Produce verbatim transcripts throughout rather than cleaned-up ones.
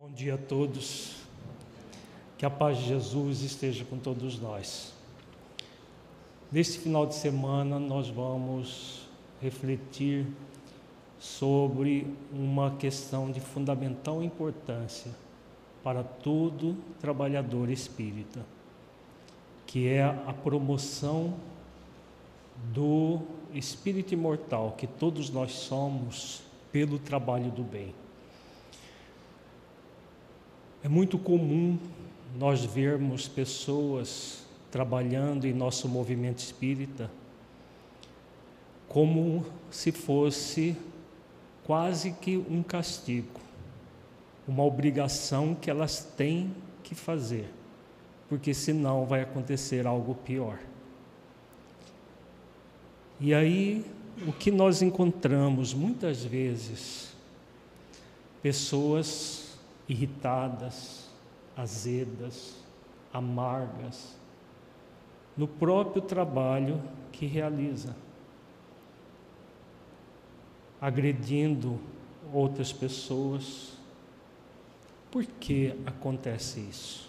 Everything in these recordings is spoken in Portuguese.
Bom dia a todos, que a paz de Jesus esteja com todos nós. Neste final de semana nós vamos refletir sobre uma questão de fundamental importância para todo trabalhador espírita, que é a promoção do espírito imortal que todos nós somos pelo trabalho do bem. É muito comum nós vermos pessoas trabalhando em nosso movimento espírita como se fosse quase que um castigo, uma obrigação que elas têm que fazer, porque senão vai acontecer algo pior. E aí, o que nós encontramos muitas vezes, pessoas irritadas, azedas, amargas, no próprio trabalho que realiza, agredindo outras pessoas. Por que acontece isso?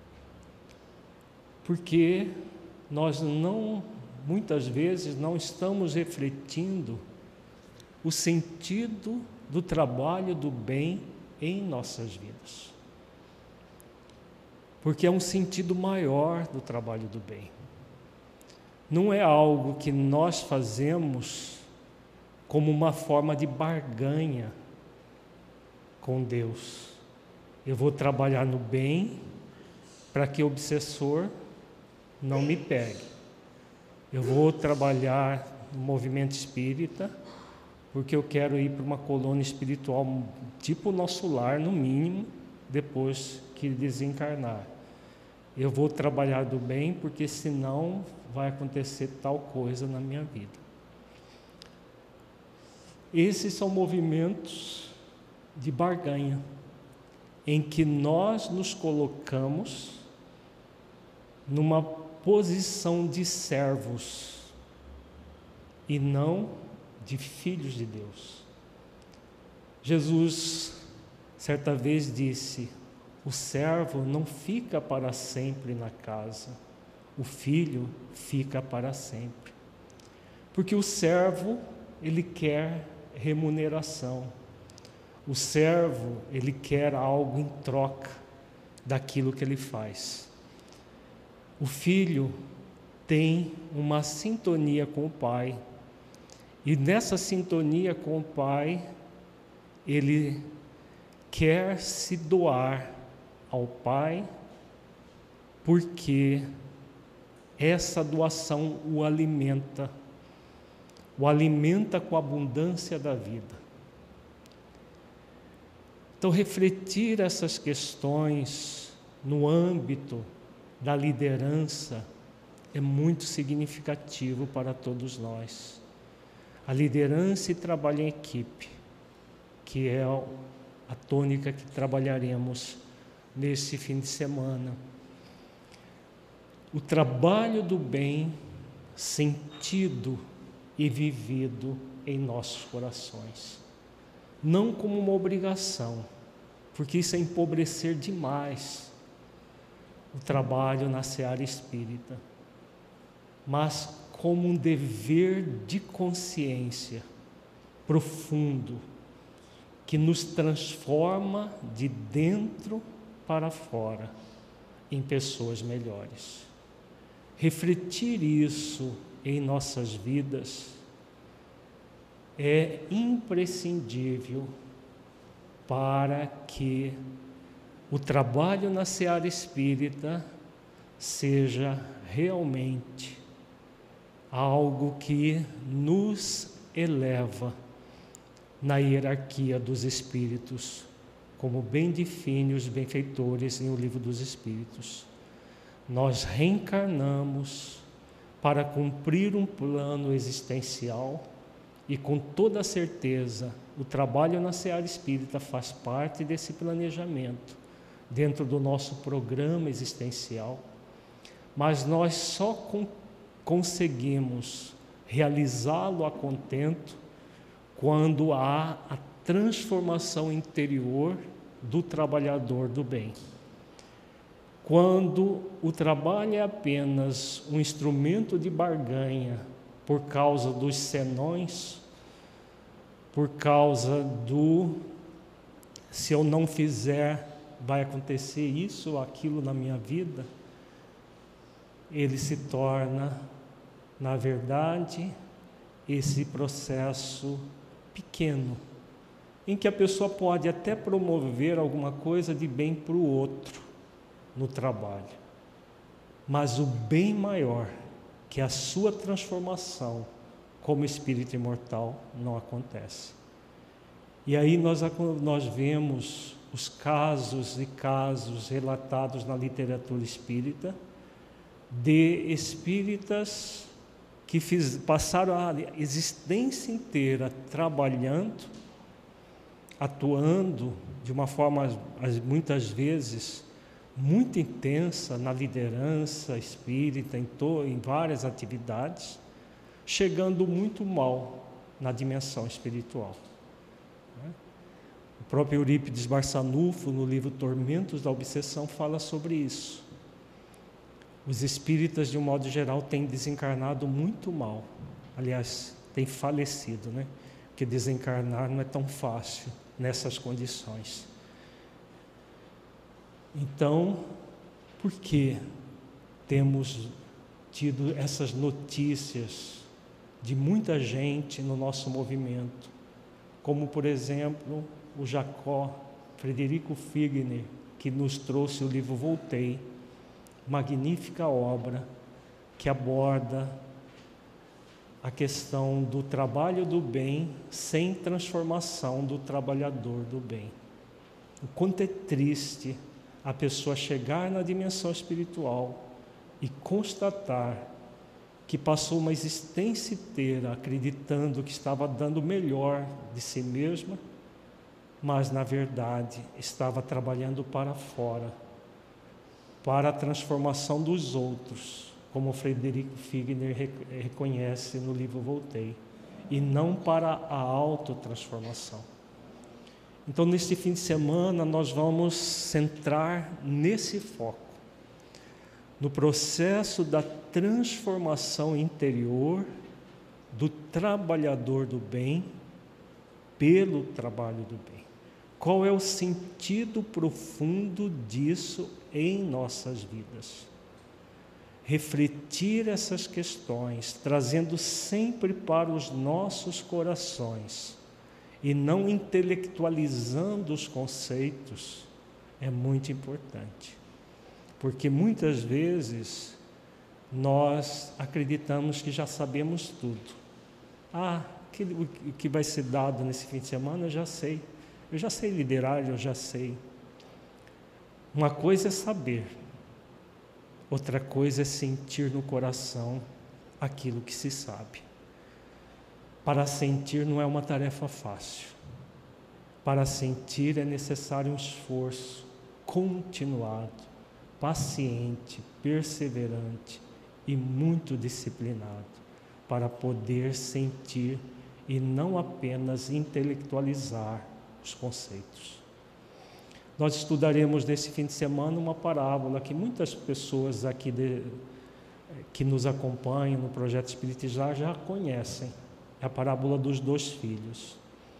Porque nós não, muitas vezes, não estamos refletindo o sentido do trabalho do bem em nossas vidas, porque é um sentido maior do trabalho do bem. Não é algo que nós fazemos como uma forma de barganha com Deus. Eu vou trabalhar no bem para que o obsessor não me pegue. Eu vou trabalhar no movimento espírita porque eu quero ir para uma colônia espiritual, tipo o nosso lar, no mínimo, depois que desencarnar. Eu vou trabalhar do bem, porque senão vai acontecer tal coisa na minha vida. Esses são movimentos de barganha, em que nós nos colocamos numa posição de servos e não de filhos de Deus. Jesus, certa vez, disse: o servo não fica para sempre na casa, o filho fica para sempre. Porque o servo, ele quer remuneração. O servo, ele quer algo em troca daquilo que ele faz. O filho tem uma sintonia com o pai, e nessa sintonia com o Pai, ele quer se doar ao Pai, porque essa doação o alimenta, o alimenta com a abundância da vida. Então, refletir essas questões no âmbito da liderança é muito significativo para todos nós. A liderança e trabalho em equipe, que é a tônica que trabalharemos nesse fim de semana. O trabalho do bem sentido e vivido em nossos corações. Não como uma obrigação, porque isso é empobrecer demais o trabalho na seara espírita, mas como um dever de consciência profundo, que nos transforma de dentro para fora em pessoas melhores. Refletir isso em nossas vidas é imprescindível para que o trabalho na seara espírita seja realmente algo que nos eleva na hierarquia dos espíritos, como bem define os benfeitores em O Livro dos Espíritos. Nós reencarnamos para cumprir um plano existencial e, com toda certeza, o trabalho na seara espírita faz parte desse planejamento, dentro do nosso programa existencial, mas nós só cumprimos conseguimos realizá-lo a contento quando há a transformação interior do trabalhador do bem. Quando o trabalho é apenas um instrumento de barganha por causa dos senões, por causa do se eu não fizer, vai acontecer isso ou aquilo na minha vida, ele se torna, na verdade, esse processo pequeno, em que a pessoa pode até promover alguma coisa de bem para o outro no trabalho, mas o bem maior, que é a sua transformação como espírito imortal, não acontece. E aí nós, nós vemos os casos e casos relatados na literatura espírita de espíritas que fiz, passaram a existência inteira trabalhando, atuando de uma forma, muitas vezes, muito intensa na liderança espírita, em, to, em várias atividades, chegando muito mal na dimensão espiritual. O próprio Eurípides Barçanufo, no livro Tormentos da Obsessão, fala sobre isso. Os espíritas, de um modo geral, têm desencarnado muito mal. Aliás, têm falecido, né? Porque desencarnar não é tão fácil nessas condições. Então, por que temos tido essas notícias de muita gente no nosso movimento, como, por exemplo, o Jacó Frederico Figner, que nos trouxe o livro Voltei, magnífica obra que aborda a questão do trabalho do bem sem transformação do trabalhador do bem. O quanto é triste a pessoa chegar na dimensão espiritual e constatar que passou uma existência inteira acreditando que estava dando o melhor de si mesma, mas na verdade estava trabalhando para fora, para a transformação dos outros, como Frederico Figner reconhece no livro Voltei, e não para a autotransformação. Então, neste fim de semana, nós vamos centrar nesse foco, no processo da transformação interior do trabalhador do bem pelo trabalho do bem. Qual é o sentido profundo disso em nossas vidas? Refletir essas questões, trazendo sempre para os nossos corações, e não intelectualizando os conceitos, é muito importante. Porque muitas vezes nós acreditamos que já sabemos tudo. Ah, o que vai ser dado nesse fim de semana eu já sei. Eu já sei liderar, eu já sei. Uma coisa é saber, outra coisa é sentir no coração aquilo que se sabe. Para sentir não é uma tarefa fácil. Para sentir é necessário um esforço continuado, paciente, perseverante e muito disciplinado, para poder sentir e não apenas intelectualizar os conceitos. Nós estudaremos nesse fim de semana uma parábola que muitas pessoas aqui de, que nos acompanham no Projeto Espiritizar já conhecem. É a parábola dos dois filhos.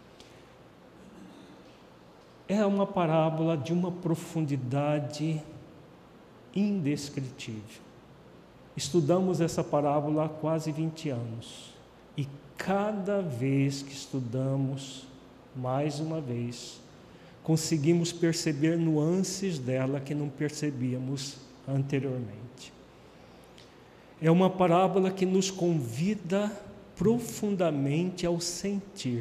É uma parábola de uma profundidade indescritível. Estudamos essa parábola há quase vinte anos. E cada vez que estudamos, mais uma vez, conseguimos perceber nuances dela que não percebíamos anteriormente. É uma parábola que nos convida profundamente ao sentir.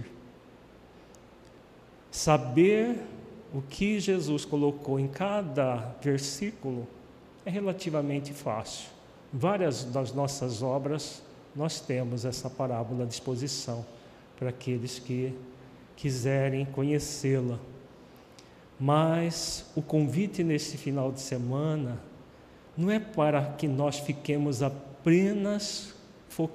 Saber o que Jesus colocou em cada versículo é relativamente fácil. Várias das nossas obras nós temos essa parábola à disposição para aqueles que quiserem conhecê-la. Mas o convite nesse final de semana não é para que nós fiquemos apenas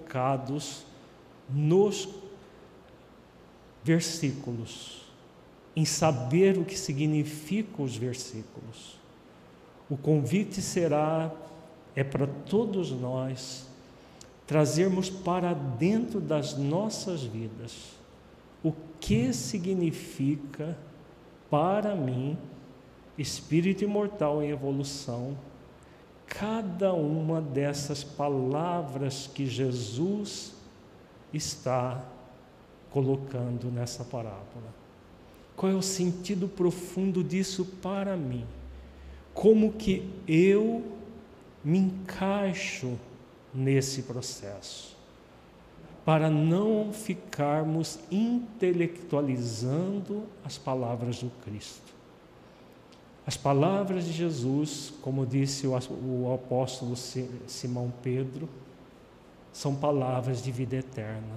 focados nos versículos, em saber o que significam os versículos. O convite será, é para todos nós, trazermos para dentro das nossas vidas o que significa para mim, espírito imortal em evolução, cada uma dessas palavras que Jesus está colocando nessa parábola. Qual é o sentido profundo disso para mim? Como que eu me encaixo nesse processo? Para não ficarmos intelectualizando as palavras do Cristo. As palavras de Jesus, como disse o apóstolo Simão Pedro, são palavras de vida eterna.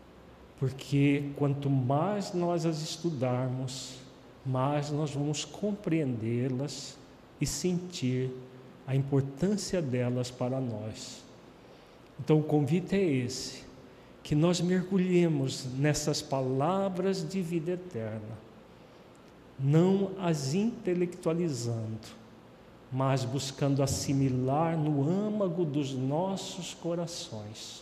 Porque quanto mais nós as estudarmos, mais nós vamos compreendê-las e sentir a importância delas para nós. Então o convite é esse, que nós mergulhemos nessas palavras de vida eterna, não as intelectualizando, mas buscando assimilar no âmago dos nossos corações,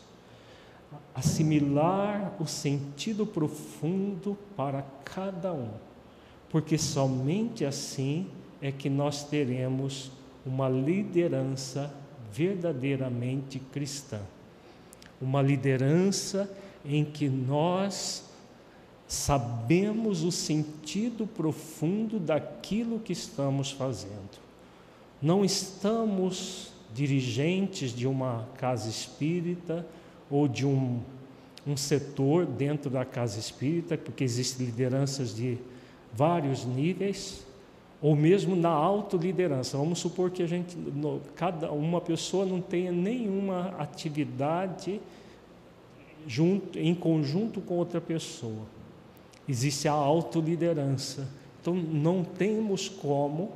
assimilar o sentido profundo para cada um, porque somente assim é que nós teremos uma liderança verdadeiramente cristã, uma liderança em que nós sabemos o sentido profundo daquilo que estamos fazendo. Não estamos dirigentes de uma casa espírita ou de um, um setor dentro da casa espírita, porque existem lideranças de vários níveis, ou mesmo na autoliderança. Vamos supor que a gente, no, cada uma pessoa não tenha nenhuma atividade junto, em conjunto com outra pessoa. Existe a autoliderança. Então não temos como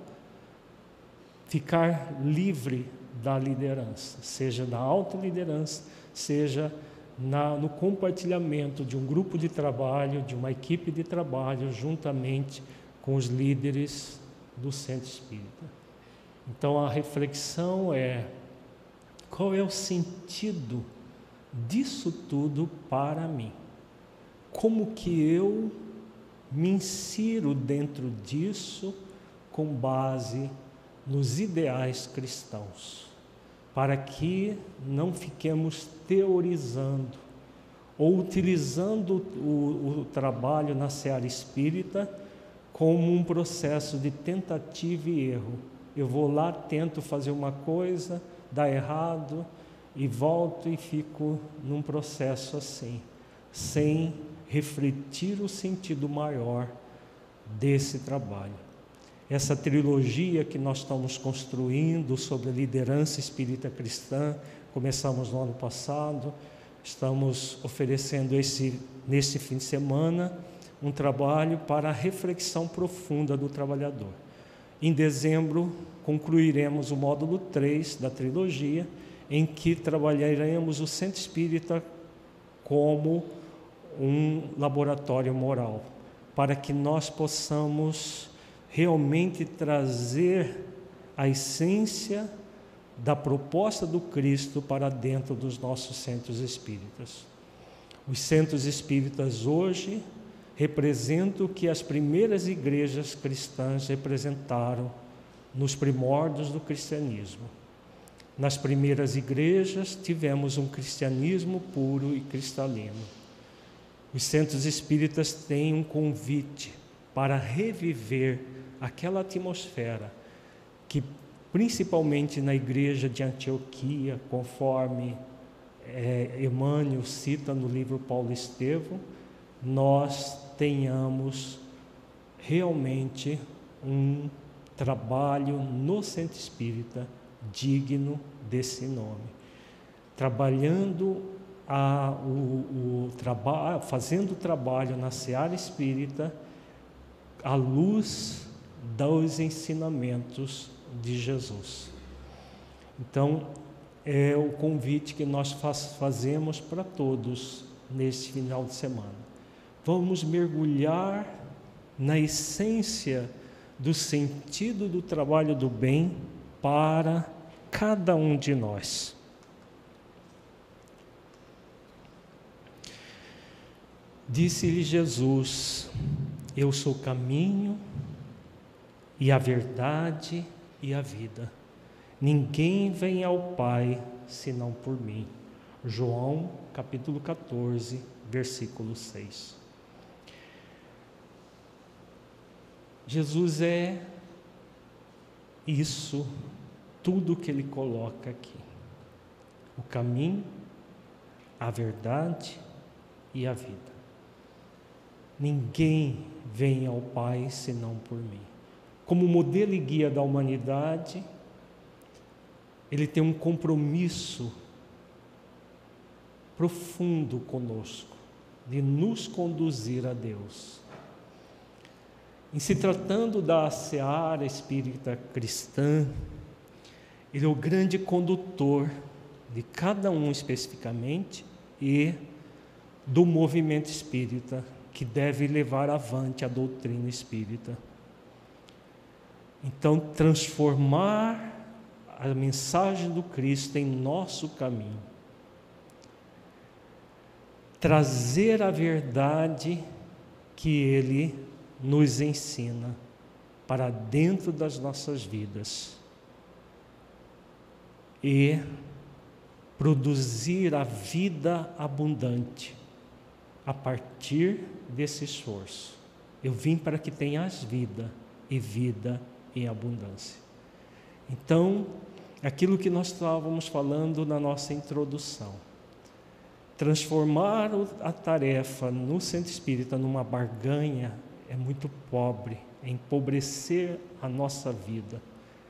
ficar livre da liderança, seja na autoliderança, seja na, no compartilhamento de um grupo de trabalho, de uma equipe de trabalho, juntamente com os líderes do Centro Espírita. Então a reflexão é: qual é o sentido disso tudo para mim? Como que eu me insiro dentro disso com base nos ideais cristãos, para que não fiquemos teorizando ou utilizando o, o trabalho na seara espírita como um processo de tentativa e erro. Eu vou lá, tento fazer uma coisa, dá errado, e volto e fico num processo assim, sem refletir o sentido maior desse trabalho. Essa trilogia que nós estamos construindo sobre a liderança espírita cristã, começamos no ano passado, estamos oferecendo esse, nesse fim de semana, um trabalho para a reflexão profunda do trabalhador. Em dezembro, concluiremos o módulo três da trilogia, em que trabalharemos o Centro Espírita como um laboratório moral, para que nós possamos realmente trazer a essência da proposta do Cristo para dentro dos nossos centros espíritas. Os centros espíritas hoje representam o que as primeiras igrejas cristãs representaram nos primórdios do cristianismo. Nas primeiras igrejas tivemos um cristianismo puro e cristalino. Os centros espíritas têm um convite para reviver aquela atmosfera que, principalmente na igreja de Antioquia, conforme é, Emmanuel cita no livro Paulo Estevão, nós tenhamos realmente um trabalho no centro espírita digno desse nome, trabalhando a, o, o traba, fazendo o trabalho na seara espírita à luz dos ensinamentos de Jesus. Então, é o convite que nós faz, fazemos para todos neste final de semana. Vamos mergulhar na essência do sentido do trabalho do bem para cada um de nós. Disse-lhe Jesus: eu sou o caminho e a verdade e a vida. Ninguém vem ao Pai senão por mim. João capítulo quatorze, versículo seis. Jesus é isso, tudo que Ele coloca aqui. O caminho, a verdade e a vida. Ninguém vem ao Pai senão por mim. Como modelo e guia da humanidade, Ele tem um compromisso profundo conosco, de nos conduzir a Deus. Em se tratando da seara espírita cristã, Ele é o grande condutor de cada um especificamente e do movimento espírita que deve levar avante a doutrina espírita. Então, transformar a mensagem do Cristo em nosso caminho, trazer a verdade que Ele nos ensina para dentro das nossas vidas e produzir a vida abundante a partir desse esforço. Eu vim para que tenhas vida e vida em abundância. Então, aquilo que nós estávamos falando na nossa introdução, transformar a tarefa no centro espírita numa barganha é muito pobre, é empobrecer a nossa vida.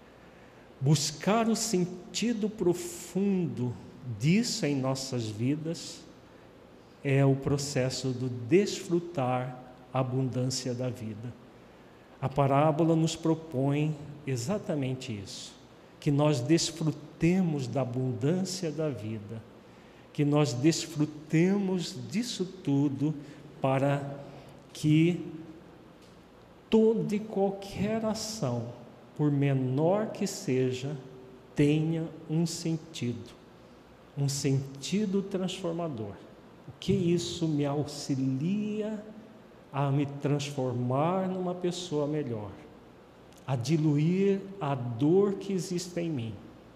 Buscar o sentido profundo disso em nossas vidas é o processo do desfrutar a abundância da vida. A parábola nos propõe exatamente isso, que nós desfrutemos da abundância da vida, que nós desfrutemos disso tudo para que toda e qualquer ação, por menor que seja, tenha um sentido, um sentido transformador. O que isso me auxilia a me transformar numa pessoa melhor, a diluir a dor que existe em mim.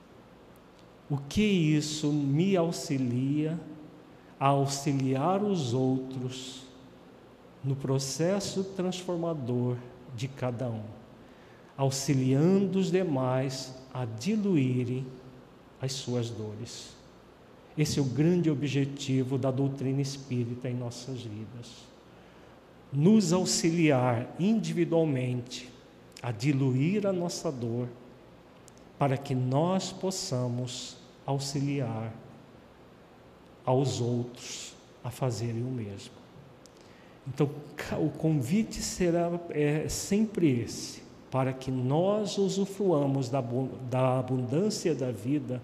O que isso me auxilia a auxiliar os outros no processo transformador de cada um, auxiliando os demais a diluírem as suas dores. Esse é o grande objetivo da doutrina espírita em nossas vidas. Nos auxiliar individualmente a diluir a nossa dor, para que nós possamos auxiliar aos outros a fazerem o mesmo. Então, o convite será é, sempre esse, para que nós usufruamos da, da abundância da vida.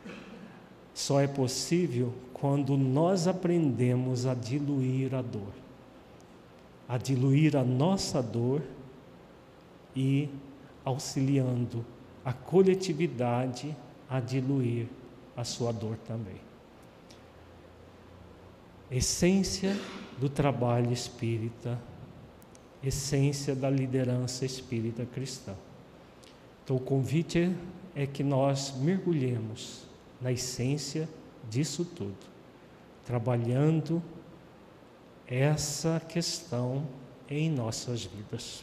Só é possível quando nós aprendemos a diluir a dor, a diluir a nossa dor e auxiliando a coletividade a diluir a sua dor também. Essência do trabalho espírita, essência da liderança espírita cristã. Então o convite é que nós mergulhemos na essência disso tudo, trabalhando essa questão em nossas vidas.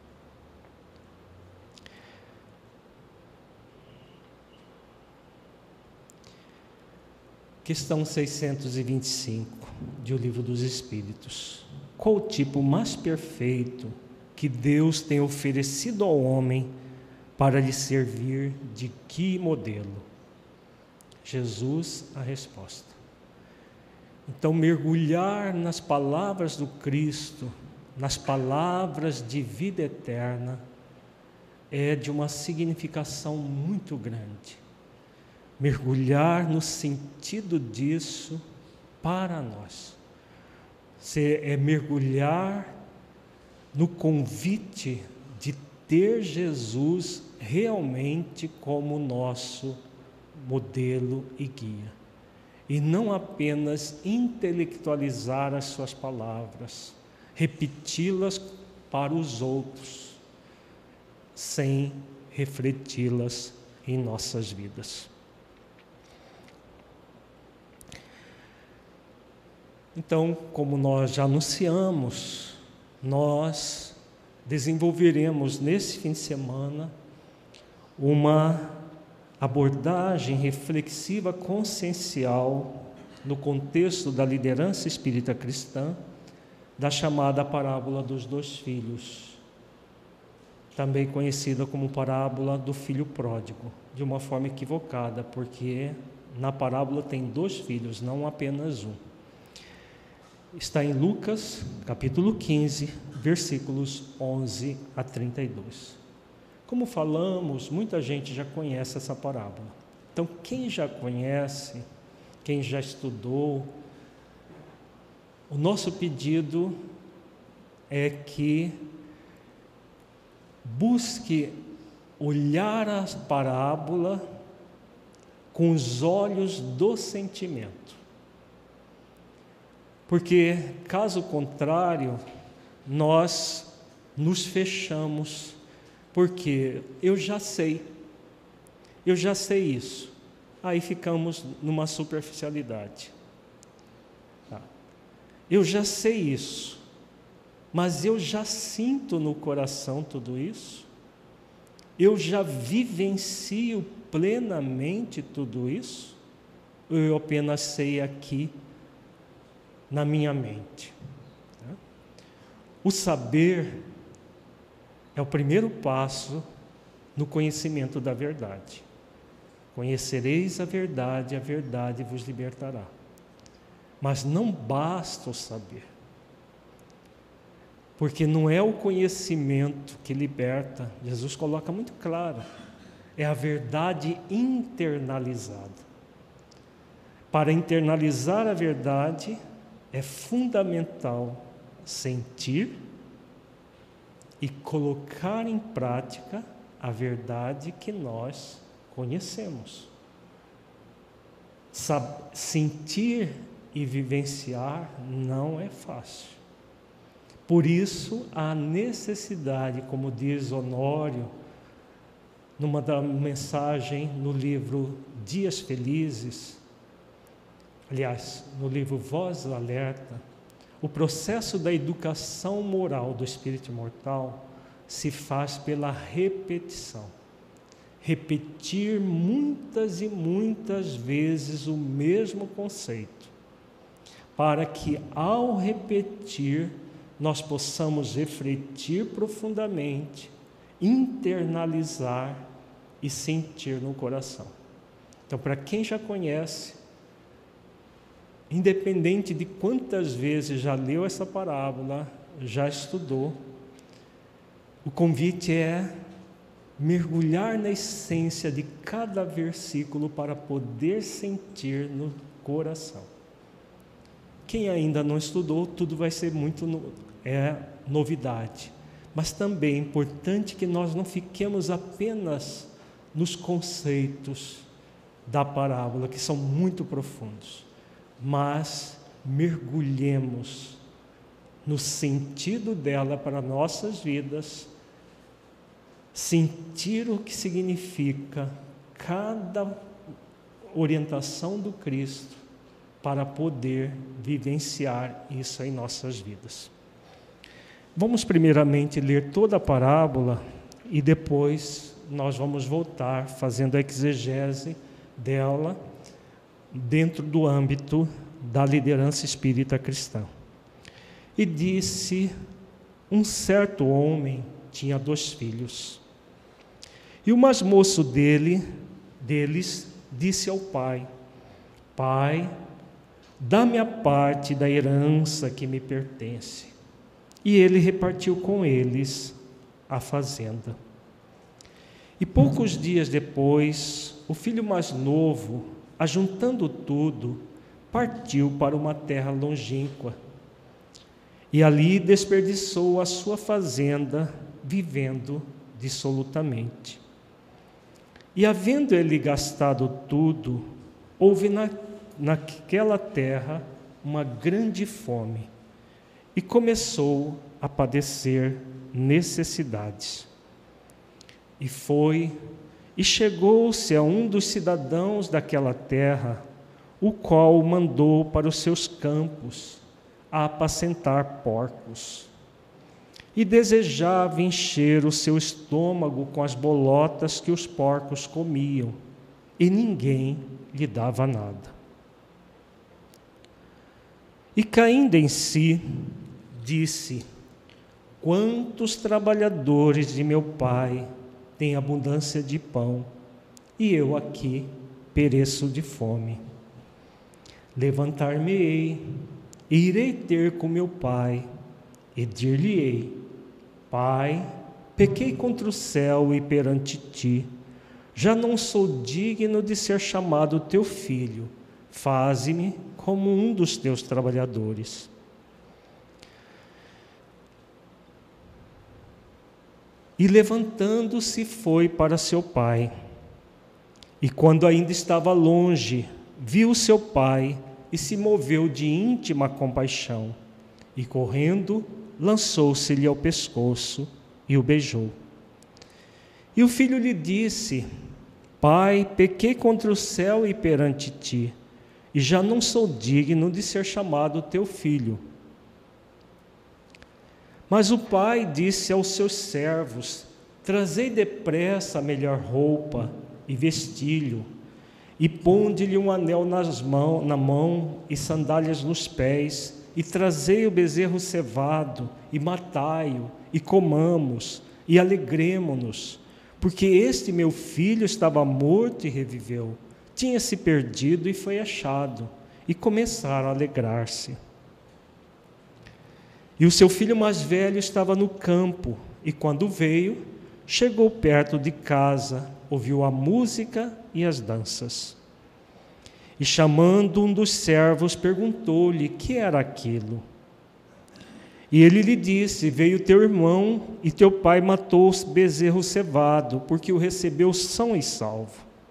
Questão seiscentos e vinte e cinco, de O Livro dos Espíritos. Qual o tipo mais perfeito que Deus tem oferecido ao homem para lhe servir? De que modelo? Jesus, a resposta. Então, mergulhar nas palavras do Cristo, nas palavras de vida eterna, é de uma significação muito grande. Mergulhar no sentido disso para nós. É mergulhar no convite de ter Jesus realmente como nosso modelo e guia, e não apenas intelectualizar as suas palavras, repeti-las para os outros, sem refleti-las em nossas vidas. Então, como nós já anunciamos, nós desenvolveremos nesse fim de semana uma abordagem reflexiva consciencial no contexto da liderança espírita cristã, da chamada parábola dos dois filhos, também conhecida como parábola do filho pródigo, de uma forma equivocada, porque na parábola tem dois filhos, não apenas um. Está em Lucas, capítulo quinze, versículos onze a trinta e dois. Como falamos, muita gente já conhece essa parábola. Então, quem já conhece, quem já estudou, o nosso pedido é que busque olhar a parábola com os olhos do sentimento. Porque, caso contrário, nós nos fechamos, porque eu já sei, eu já sei isso. Aí ficamos numa superficialidade. Tá. Eu já sei isso, mas eu já sinto no coração tudo isso? Eu já vivencio plenamente tudo isso? Ou eu apenas sei aqui na minha mente? O saber é o primeiro passo no conhecimento da verdade. Conhecereis a verdade, a verdade vos libertará. Mas não basta o saber, porque não é o conhecimento que liberta. Jesus coloca muito claro, é a verdade internalizada. Para internalizar a verdade, é fundamental sentir e colocar em prática a verdade que nós conhecemos. Sabe, sentir e vivenciar não é fácil. Por isso, a necessidade, como diz Honório, numa da mensagem no livro Dias Felizes, aliás, no livro Voz do Alerta, o processo da educação moral do espírito imortal se faz pela repetição. Repetir muitas e muitas vezes o mesmo conceito, para que, ao repetir, nós possamos refletir profundamente, internalizar e sentir no coração. Então, para quem já conhece, independente de quantas vezes já leu essa parábola, já estudou, o convite é mergulhar na essência de cada versículo para poder sentir no coração. Quem ainda não estudou, tudo vai ser muito no, é novidade. Mas também é importante que nós não fiquemos apenas nos conceitos da parábola, que são muito profundos, mas mergulhemos no sentido dela para nossas vidas, sentir o que significa cada orientação do Cristo para poder vivenciar isso em nossas vidas. Vamos primeiramente ler toda a parábola e depois nós vamos voltar fazendo a exegese dela dentro do âmbito da liderança espírita cristã. E disse: um certo homem tinha dois filhos. E o mais moço dele, deles disse ao pai: Pai, dá-me a parte da herança que me pertence. E ele repartiu com eles a fazenda. E poucos dias depois, o filho mais novo, ajuntando tudo, partiu para uma terra longínqua. e ali desperdiçou a sua fazenda, vivendo dissolutamente. E havendo ele gastado tudo, houve na, naquela terra uma grande fome, e começou a padecer necessidades. E foi, e chegou-se a um dos cidadãos daquela terra, o qual o mandou para os seus campos a apacentar porcos. E desejava encher o seu estômago com as bolotas que os porcos comiam, e ninguém lhe dava nada. E caindo em si, disse: quantos trabalhadores de meu pai têm abundância de pão, e eu aqui pereço de fome. Levantar-me-ei, e irei ter com meu pai, e dir-lhe-ei: Pai, pequei contra o céu e perante ti, já não sou digno de ser chamado teu filho, faze-me como um dos teus trabalhadores. E levantando-se foi para seu pai. E quando ainda estava longe, viu seu pai e se moveu de íntima compaixão. E correndo, lançou-se-lhe ao pescoço e o beijou. E o filho lhe disse: Pai, pequei contra o céu e perante ti, e já não sou digno de ser chamado teu filho. Mas o pai disse aos seus servos: Trazei depressa a melhor roupa e vestilho, e ponde-lhe um anel nas mão, na mão e sandálias nos pés, e trazei o bezerro cevado, e matai-o, e comamos, e alegremo-nos, porque este meu filho estava morto e reviveu, tinha se perdido e foi achado, e começaram a alegrar-se. E o seu filho mais velho estava no campo, e quando veio, chegou perto de casa, ouviu a música e as danças. E chamando um dos servos, perguntou-lhe que era aquilo. E ele lhe disse: veio teu irmão, e teu pai matou o bezerro cevado, porque o recebeu são e salvo.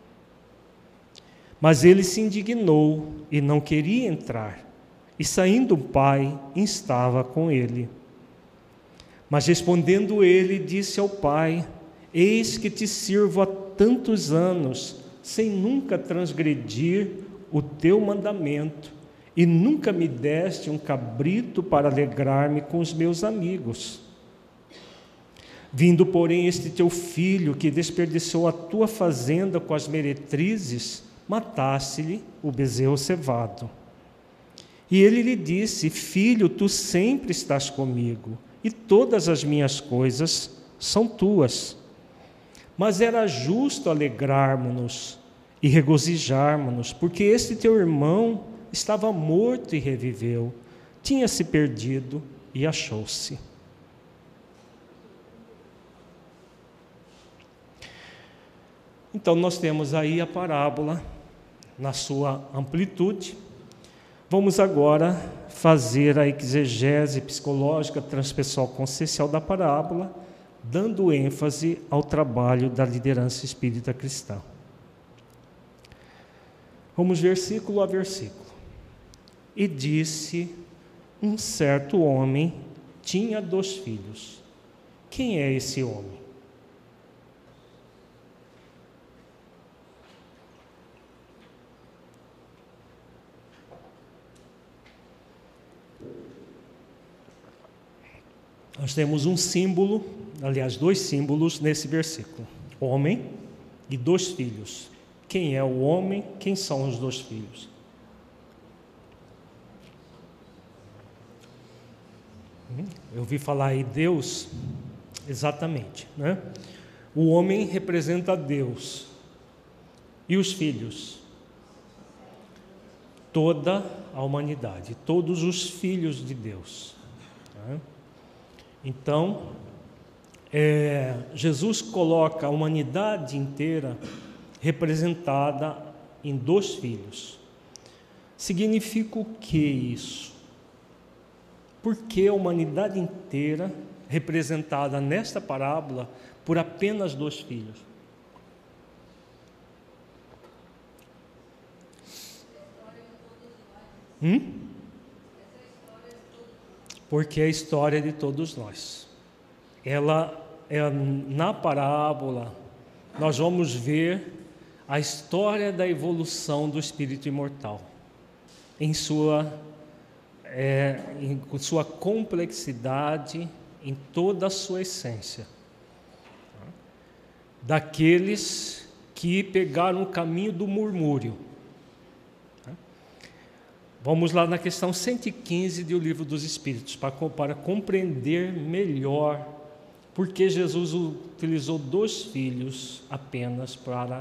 Mas ele se indignou e não queria entrar. E saindo o pai, instava com ele. Mas respondendo ele, disse ao pai: eis que te sirvo há tantos anos, sem nunca transgredir o teu mandamento, e nunca me deste um cabrito para alegrar-me com os meus amigos. Vindo, porém, este teu filho, que desperdiçou a tua fazenda com as meretrizes, mataste-lhe o bezerro cevado. E ele lhe disse: filho, tu sempre estás comigo, e todas as minhas coisas são tuas. Mas era justo alegrarmos-nos e regozijarmos-nos, porque este teu irmão estava morto e reviveu, tinha se perdido e achou-se. Então nós temos aí a parábola na sua amplitude. Vamos agora fazer a exegese psicológica transpessoal consciencial da parábola, dando ênfase ao trabalho da liderança espírita cristã. Vamos versículo a versículo. E disse: um certo homem tinha dois filhos. Quem é esse homem? Nós temos um símbolo, aliás, dois símbolos nesse versículo: homem e dois filhos. Quem é o homem? Quem são os dois filhos? Eu ouvi falar aí Deus, exatamente, né? O homem representa Deus. E os filhos? Toda a humanidade, todos os filhos de Deus, né? Então, é, Jesus coloca a humanidade inteira representada em dois filhos. Significa o que isso? Por que a humanidade inteira, representada nesta parábola, por apenas dois filhos? Hum? Porque é a história de todos nós. Ela é na parábola, nós vamos ver a história da evolução do espírito imortal, em sua, é, em sua complexidade, em toda a sua essência. Daqueles que pegaram o caminho do murmúrio. Vamos lá na questão cento e quinze do Livro dos Espíritos, para, para compreender melhor por que Jesus utilizou dois filhos apenas para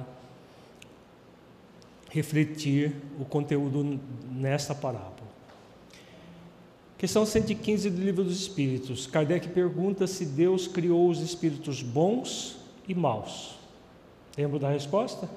refletir o conteúdo nesta parábola. Questão cento e quinze do Livro dos Espíritos. Kardec pergunta se Deus criou os espíritos bons e maus. Lembra da resposta?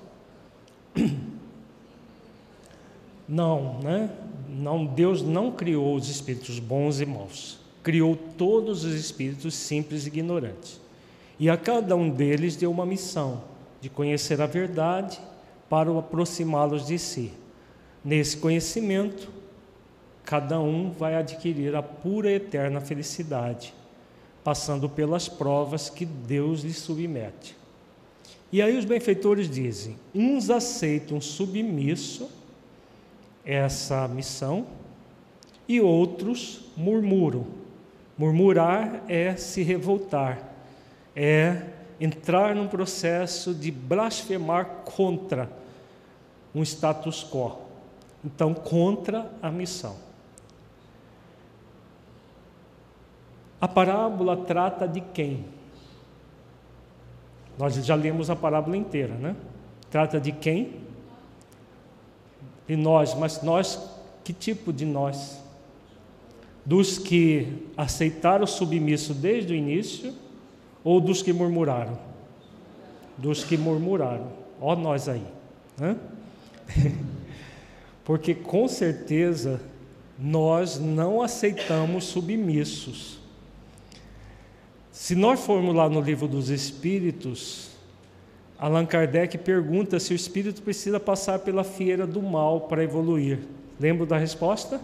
Não, né? Não, Deus não criou os espíritos bons e maus. Criou todos os espíritos simples e ignorantes. E a cada um deles deu uma missão de conhecer a verdade para aproximá-los de si. Nesse conhecimento, cada um vai adquirir a pura e eterna felicidade, passando pelas provas que Deus lhe submete. E aí os benfeitores dizem: uns aceitam submisso essa missão e outros murmuram. Murmurar é se revoltar, é entrar num processo de blasfemar contra um status quo, então contra a missão. A parábola trata de quem? Nós já lemos a parábola inteira, né? Trata de quem? De nós, mas nós, que tipo de nós? Dos que aceitaram o submisso desde o início ou dos que murmuraram? Dos que murmuraram. Ó nós aí, né? Porque com certeza nós não aceitamos submissos. Se nós formos lá no Livro dos Espíritos, Allan Kardec pergunta se o espírito precisa passar pela fieira do mal para evoluir. Lembra da resposta?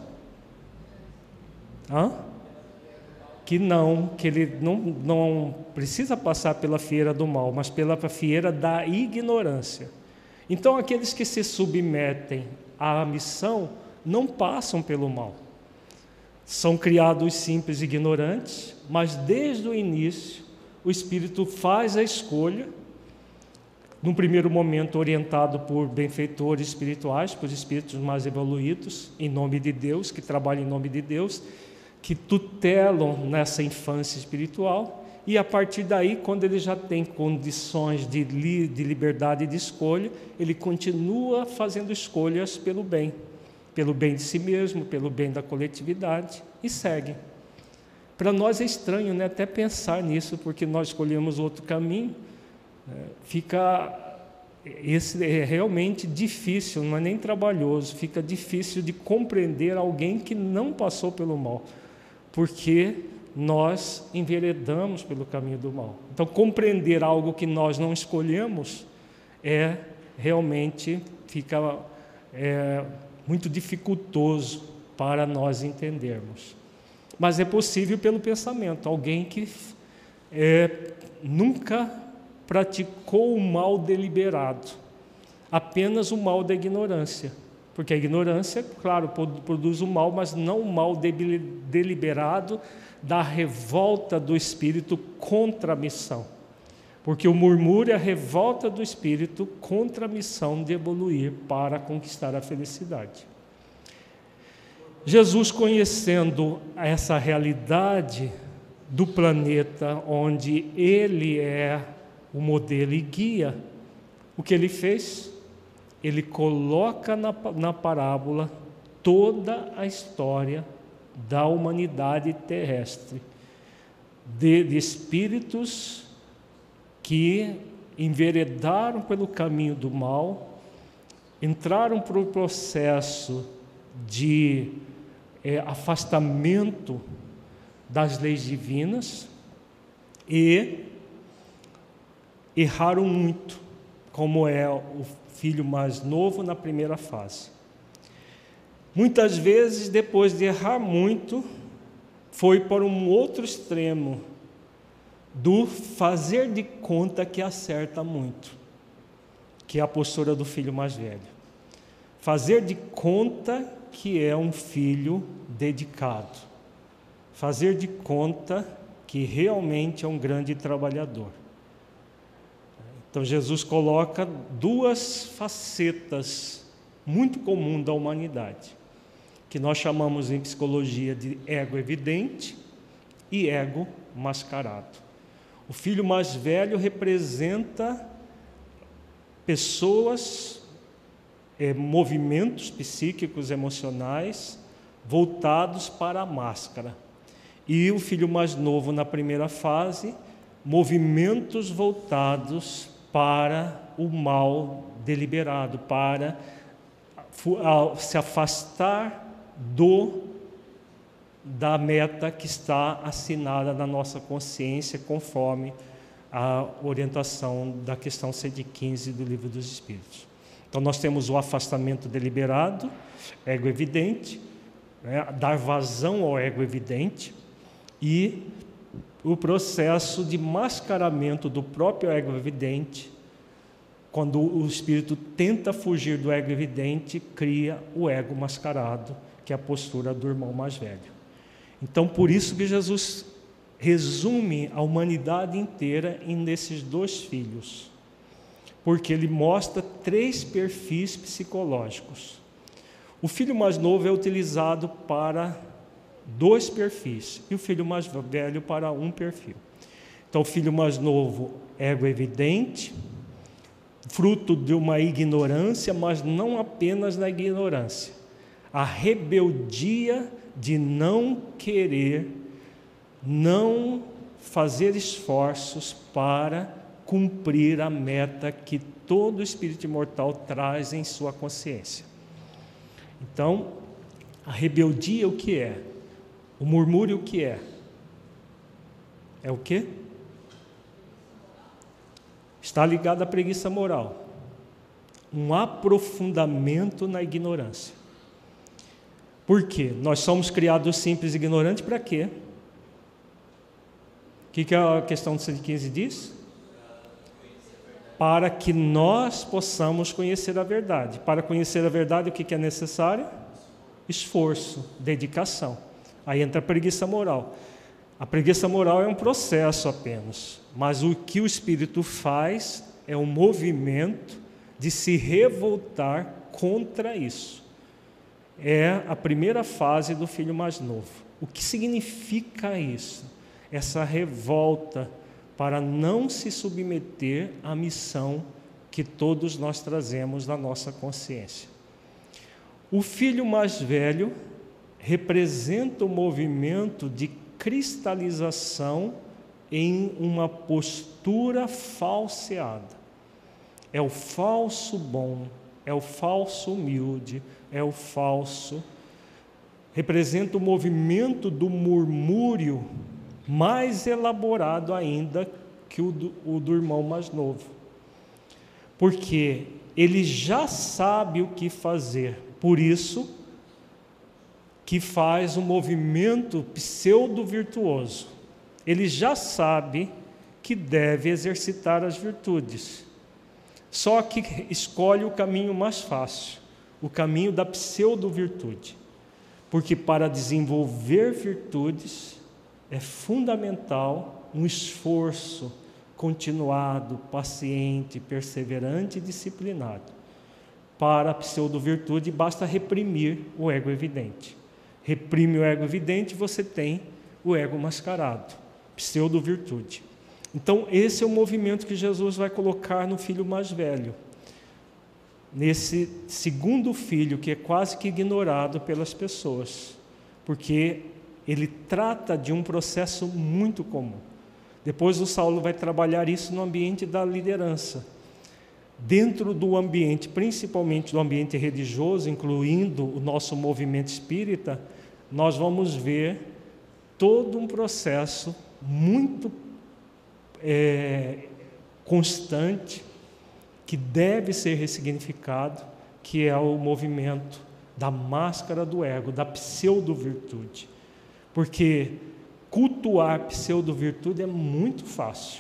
Hã? Que não, que ele não, não precisa passar pela fieira do mal, mas pela fieira da ignorância. Então, aqueles que se submetem à missão não passam pelo mal. São criados simples e ignorantes, mas desde o início o espírito faz a escolha, num primeiro momento orientado por benfeitores espirituais, por espíritos mais evoluídos, em nome de Deus, que trabalham em nome de Deus, que tutelam nessa infância espiritual, e a partir daí, quando ele já tem condições de, li, de liberdade de escolha, ele continua fazendo escolhas pelo bem, pelo bem de si mesmo, pelo bem da coletividade, e segue. Para nós é estranho, né, até pensar nisso, porque nós escolhemos outro caminho. É, fica esse é realmente difícil, não é nem trabalhoso, fica difícil de compreender alguém que não passou pelo mal, porque nós enveredamos pelo caminho do mal. Então, compreender algo que nós não escolhemos é realmente fica é, muito dificultoso para nós entendermos. Mas é possível pelo pensamento, alguém que é, nunca praticou o mal deliberado, apenas o mal da ignorância, porque a ignorância, claro, produz o mal, mas não o mal deliberado da revolta do espírito contra a missão, porque o murmúrio é a revolta do espírito contra a missão de evoluir para conquistar a felicidade. Jesus, conhecendo essa realidade do planeta onde ele é o modelo e guia, o que ele fez? Ele coloca na, na parábola toda a história da humanidade terrestre, de, de espíritos que enveredaram pelo caminho do mal, entraram para o processo de é, afastamento das leis divinas e erraram muito, como é o filho mais novo na primeira fase. Muitas vezes, depois de errar muito, foi para um outro extremo, do fazer de conta que acerta muito, que é a postura do filho mais velho. Fazer de conta que é um filho dedicado. Fazer de conta que realmente é um grande trabalhador. Então Jesus coloca duas facetas muito comuns da humanidade, que nós chamamos em psicologia de ego evidente e ego mascarado. O filho mais velho representa pessoas, é, movimentos psíquicos, emocionais, voltados para a máscara. E o filho mais novo, na primeira fase, movimentos voltados para o mal deliberado, para se afastar do da meta que está assinada na nossa consciência, conforme a orientação da questão cento e quinze do Livro dos Espíritos. Então, nós temos o afastamento deliberado, ego evidente, né, dar vazão ao ego evidente, e o processo de mascaramento do próprio ego evidente, quando o espírito tenta fugir do ego evidente, cria o ego mascarado, que é a postura do irmão mais velho. Então, por isso que Jesus resume a humanidade inteira nesses dois filhos, porque ele mostra três perfis psicológicos. O filho mais novo é utilizado para dois perfis, e o filho mais velho para um perfil. Então, o filho mais novo, ego evidente, fruto de uma ignorância, mas não apenas da ignorância, a rebeldia de não querer, não fazer esforços para cumprir a meta que todo espírito imortal traz em sua consciência. Então, a rebeldia o que é? O murmúrio o que é? É o quê? Está ligado à preguiça moral. Um aprofundamento na ignorância. Por quê? Nós somos criados simples e ignorantes para quê? O que, que a questão do cento e quinze diz? Para que nós possamos conhecer a verdade. Para conhecer a verdade, o que, que é necessário? Esforço, dedicação. Aí entra a preguiça moral. A preguiça moral é um processo apenas, mas o que o espírito faz é um movimento de se revoltar contra isso. É a primeira fase do filho mais novo. O que significa isso? Essa revolta para não se submeter à missão que todos nós trazemos na nossa consciência. O filho mais velho representa o movimento de cristalização em uma postura falseada. É o falso bom, é o falso humilde, é o falso. Representa o movimento do murmúrio mais elaborado ainda que o do, o do irmão mais novo. Porque ele já sabe o que fazer, por isso que faz um movimento pseudo-virtuoso. Ele já sabe que deve exercitar as virtudes, só que escolhe o caminho mais fácil, o caminho da pseudo-virtude, porque para desenvolver virtudes é fundamental um esforço continuado, paciente, perseverante e disciplinado. Para a pseudo-virtude basta reprimir o ego evidente. Reprime o ego evidente, você tem o ego mascarado, pseudo-virtude. Então, esse é o movimento que Jesus vai colocar no filho mais velho. Nesse segundo filho, que é quase que ignorado pelas pessoas, porque ele trata de um processo muito comum. Depois o Saulo vai trabalhar isso no ambiente da liderança. Dentro do ambiente, principalmente do ambiente religioso, incluindo o nosso movimento espírita, nós vamos ver todo um processo muito é, constante, que deve ser ressignificado, que é o movimento da máscara do ego, da pseudo-virtude. Porque cultuar pseudo-virtude é muito fácil.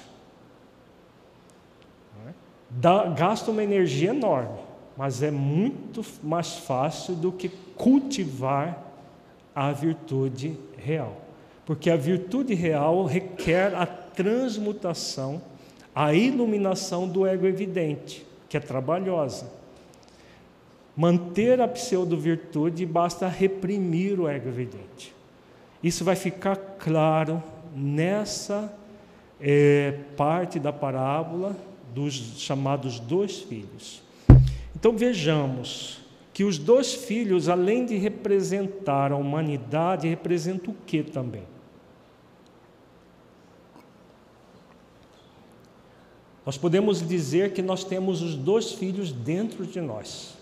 Dá, gasta uma energia enorme, mas é muito mais fácil do que cultivar a virtude real. Porque a virtude real requer a transmutação, a iluminação do ego evidente, que é trabalhosa. Manter a pseudo-virtude basta reprimir o ego evidente. Isso vai ficar claro nessa é, parte da parábola dos chamados dois filhos. Então vejamos que os dois filhos, além de representar a humanidade, representam o que também? Nós podemos dizer que nós temos os dois filhos dentro de nós.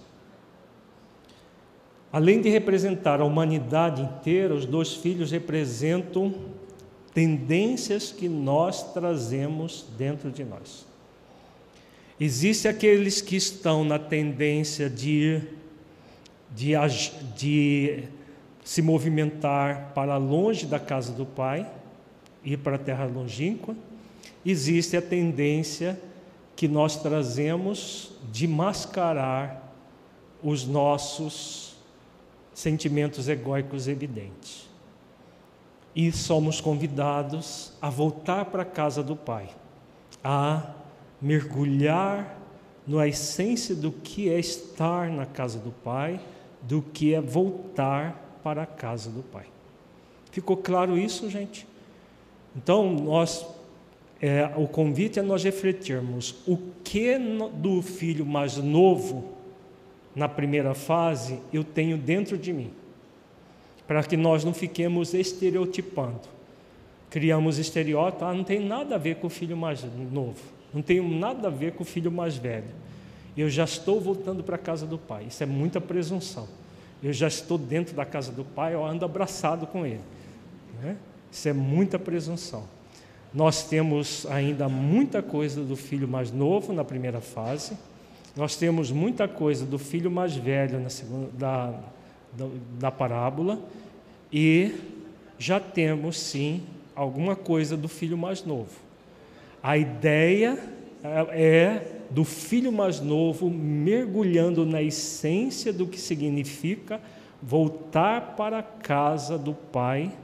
Além de representar a humanidade inteira, os dois filhos representam tendências que nós trazemos dentro de nós. Existem aqueles que estão na tendência de, de, de se movimentar para longe da casa do Pai, ir para a terra longínqua. Existe a tendência que nós trazemos de mascarar os nossos sentimentos egóicos evidentes. E somos convidados a voltar para a casa do Pai, a mergulhar na essência do que é estar na casa do Pai, do que é voltar para a casa do Pai. Ficou claro isso, gente? Então, nós, é, o convite é nós refletirmos o que no, do filho mais novo, na primeira fase, eu tenho dentro de mim, para que nós não fiquemos estereotipando. Criamos estereótipos, ah, não tem nada a ver com o filho mais novo, não tem nada a ver com o filho mais velho. Eu já estou voltando para a casa do Pai. Isso é muita presunção. Eu já estou dentro da casa do Pai, eu ando abraçado com Ele, né? Isso é muita presunção. Nós temos ainda muita coisa do filho mais novo na primeira fase. Nós temos muita coisa do filho mais velho na segunda, da, da, da parábola, e já temos, sim, alguma coisa do filho mais novo. A ideia é do filho mais novo mergulhando na essência do que significa voltar para a casa do Pai,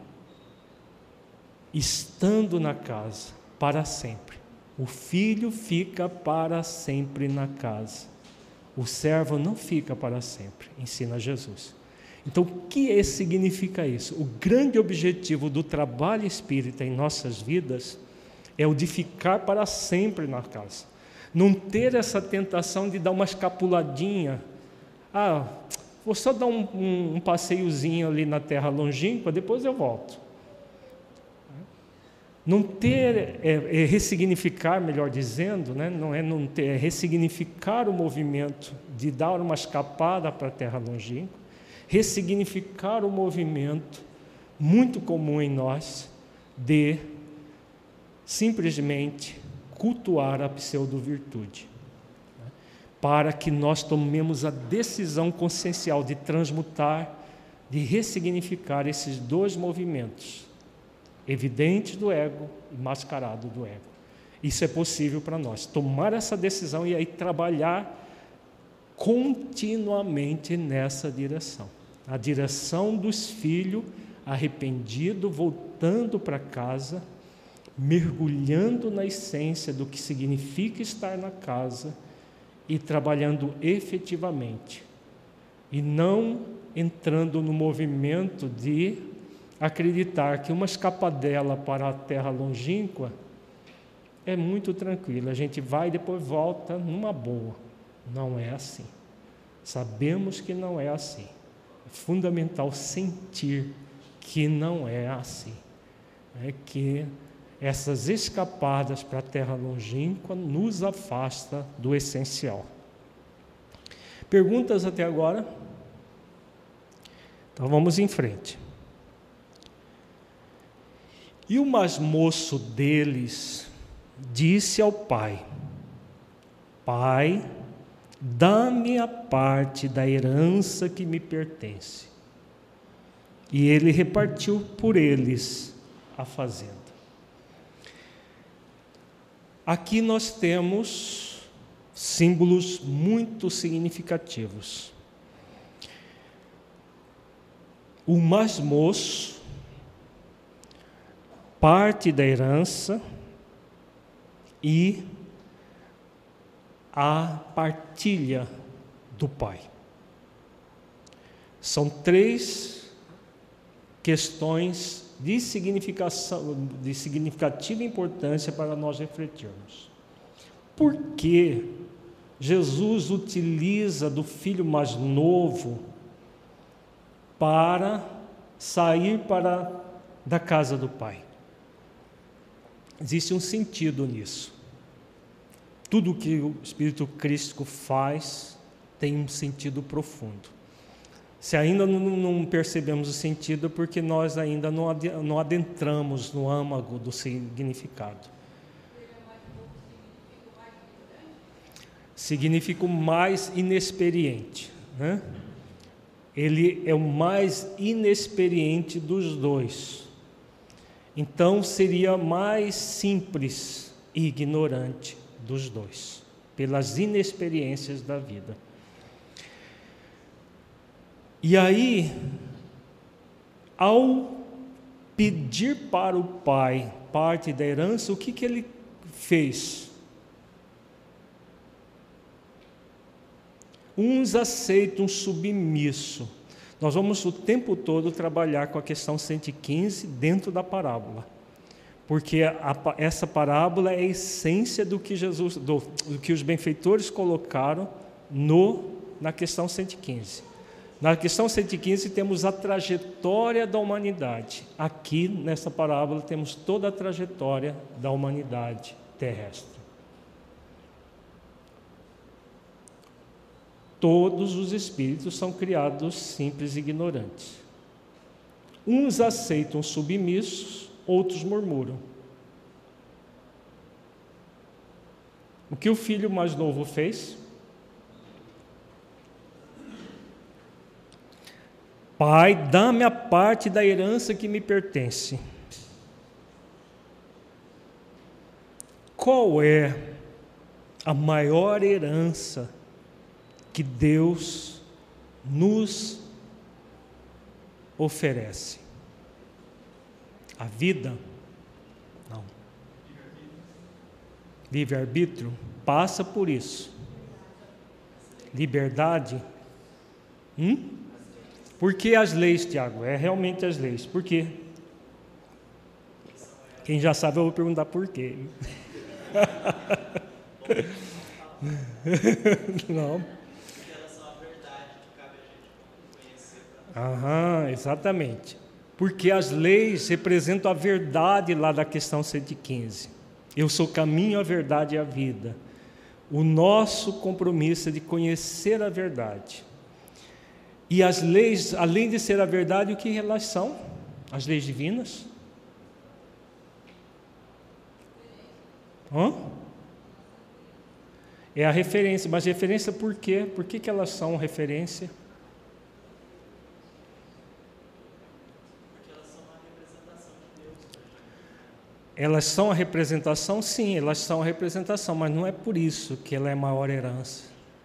estando na casa para sempre. O filho fica para sempre na casa. O servo não fica para sempre, ensina Jesus. Então, o que significa isso? O grande objetivo do trabalho espírita em nossas vidas é o de ficar para sempre na casa. Não ter essa tentação de dar uma escapuladinha. Ah, vou só dar um, um, um passeiozinho ali na terra longínqua, depois eu volto. Não ter, é, é ressignificar, melhor dizendo, né? Não é não ter, é ressignificar o movimento de dar uma escapada para a terra longínqua, ressignificar o movimento muito comum em nós de simplesmente cultuar a pseudo-virtude, né? Para que nós tomemos a decisão consciencial de transmutar, de ressignificar esses dois movimentos, evidente do ego e mascarado do ego. Isso é possível para nós, tomar essa decisão e aí trabalhar continuamente nessa direção. A direção dos filhos arrependidos, voltando para casa, mergulhando na essência do que significa estar na casa e trabalhando efetivamente. E não entrando no movimento de acreditar que uma escapadela para a terra longínqua é muito tranquila, a gente vai e depois volta numa boa. Não é assim. Sabemos que não é assim. É fundamental sentir que não é assim. É que essas escapadas para a terra longínqua nos afasta do essencial. Perguntas até agora? Então vamos em frente. E o mais moço deles disse ao pai: Pai, dá-me a parte da herança que me pertence. E ele repartiu por eles a fazenda. Aqui nós temos símbolos muito significativos. O mais moço, parte da herança e a partilha do pai. São três questões de significação, de significativa importância para nós refletirmos. Por que Jesus utiliza do filho mais novo para sair para da casa do pai? Existe um sentido nisso. Tudo que o Espírito Crístico faz tem um sentido profundo. Se ainda não percebemos o sentido, é porque nós ainda não adentramos no âmago do significado. Significa o mais inexperiente, né? Ele é o mais inexperiente dos dois. Então, seria mais simples e ignorante dos dois, pelas inexperiências da vida. E aí, ao pedir para o pai parte da herança, o que, que ele fez? Uns aceitam submisso. Nós vamos o tempo todo trabalhar com a questão cento e quinze dentro da parábola, porque a, essa parábola é a essência do que Jesus, do, do que os benfeitores colocaram no, na questão cento e quinze. Na questão cento e quinze temos a trajetória da humanidade. Aqui, nessa parábola, temos toda a trajetória da humanidade terrestre. Todos os espíritos são criados simples e ignorantes. Uns aceitam submissos, outros murmuram. O que o filho mais novo fez? Pai, dá-me a parte da herança que me pertence. Qual é a maior herança que Deus nos oferece? A vida? Não. Livre-arbítrio? Passa por isso. Liberdade? Hum? Por que as leis, Tiago? É realmente as leis. Por quê? Quem já sabe, eu vou perguntar por quê. Não. Porque elas são a verdade que cabe a gente conhecer. Aham, exatamente. Porque as leis representam a verdade lá da questão cento e quinze. Eu sou o caminho, a verdade e a vida. O nosso compromisso é de conhecer a verdade. E as leis, além de ser a verdade, o que elas são? As leis divinas? Hã? É a referência, mas referência por quê? Por que, que elas são referência? Porque elas são a representação de Deus. Elas são a representação, sim, elas são a representação, mas não é por isso que ela é a maior herança.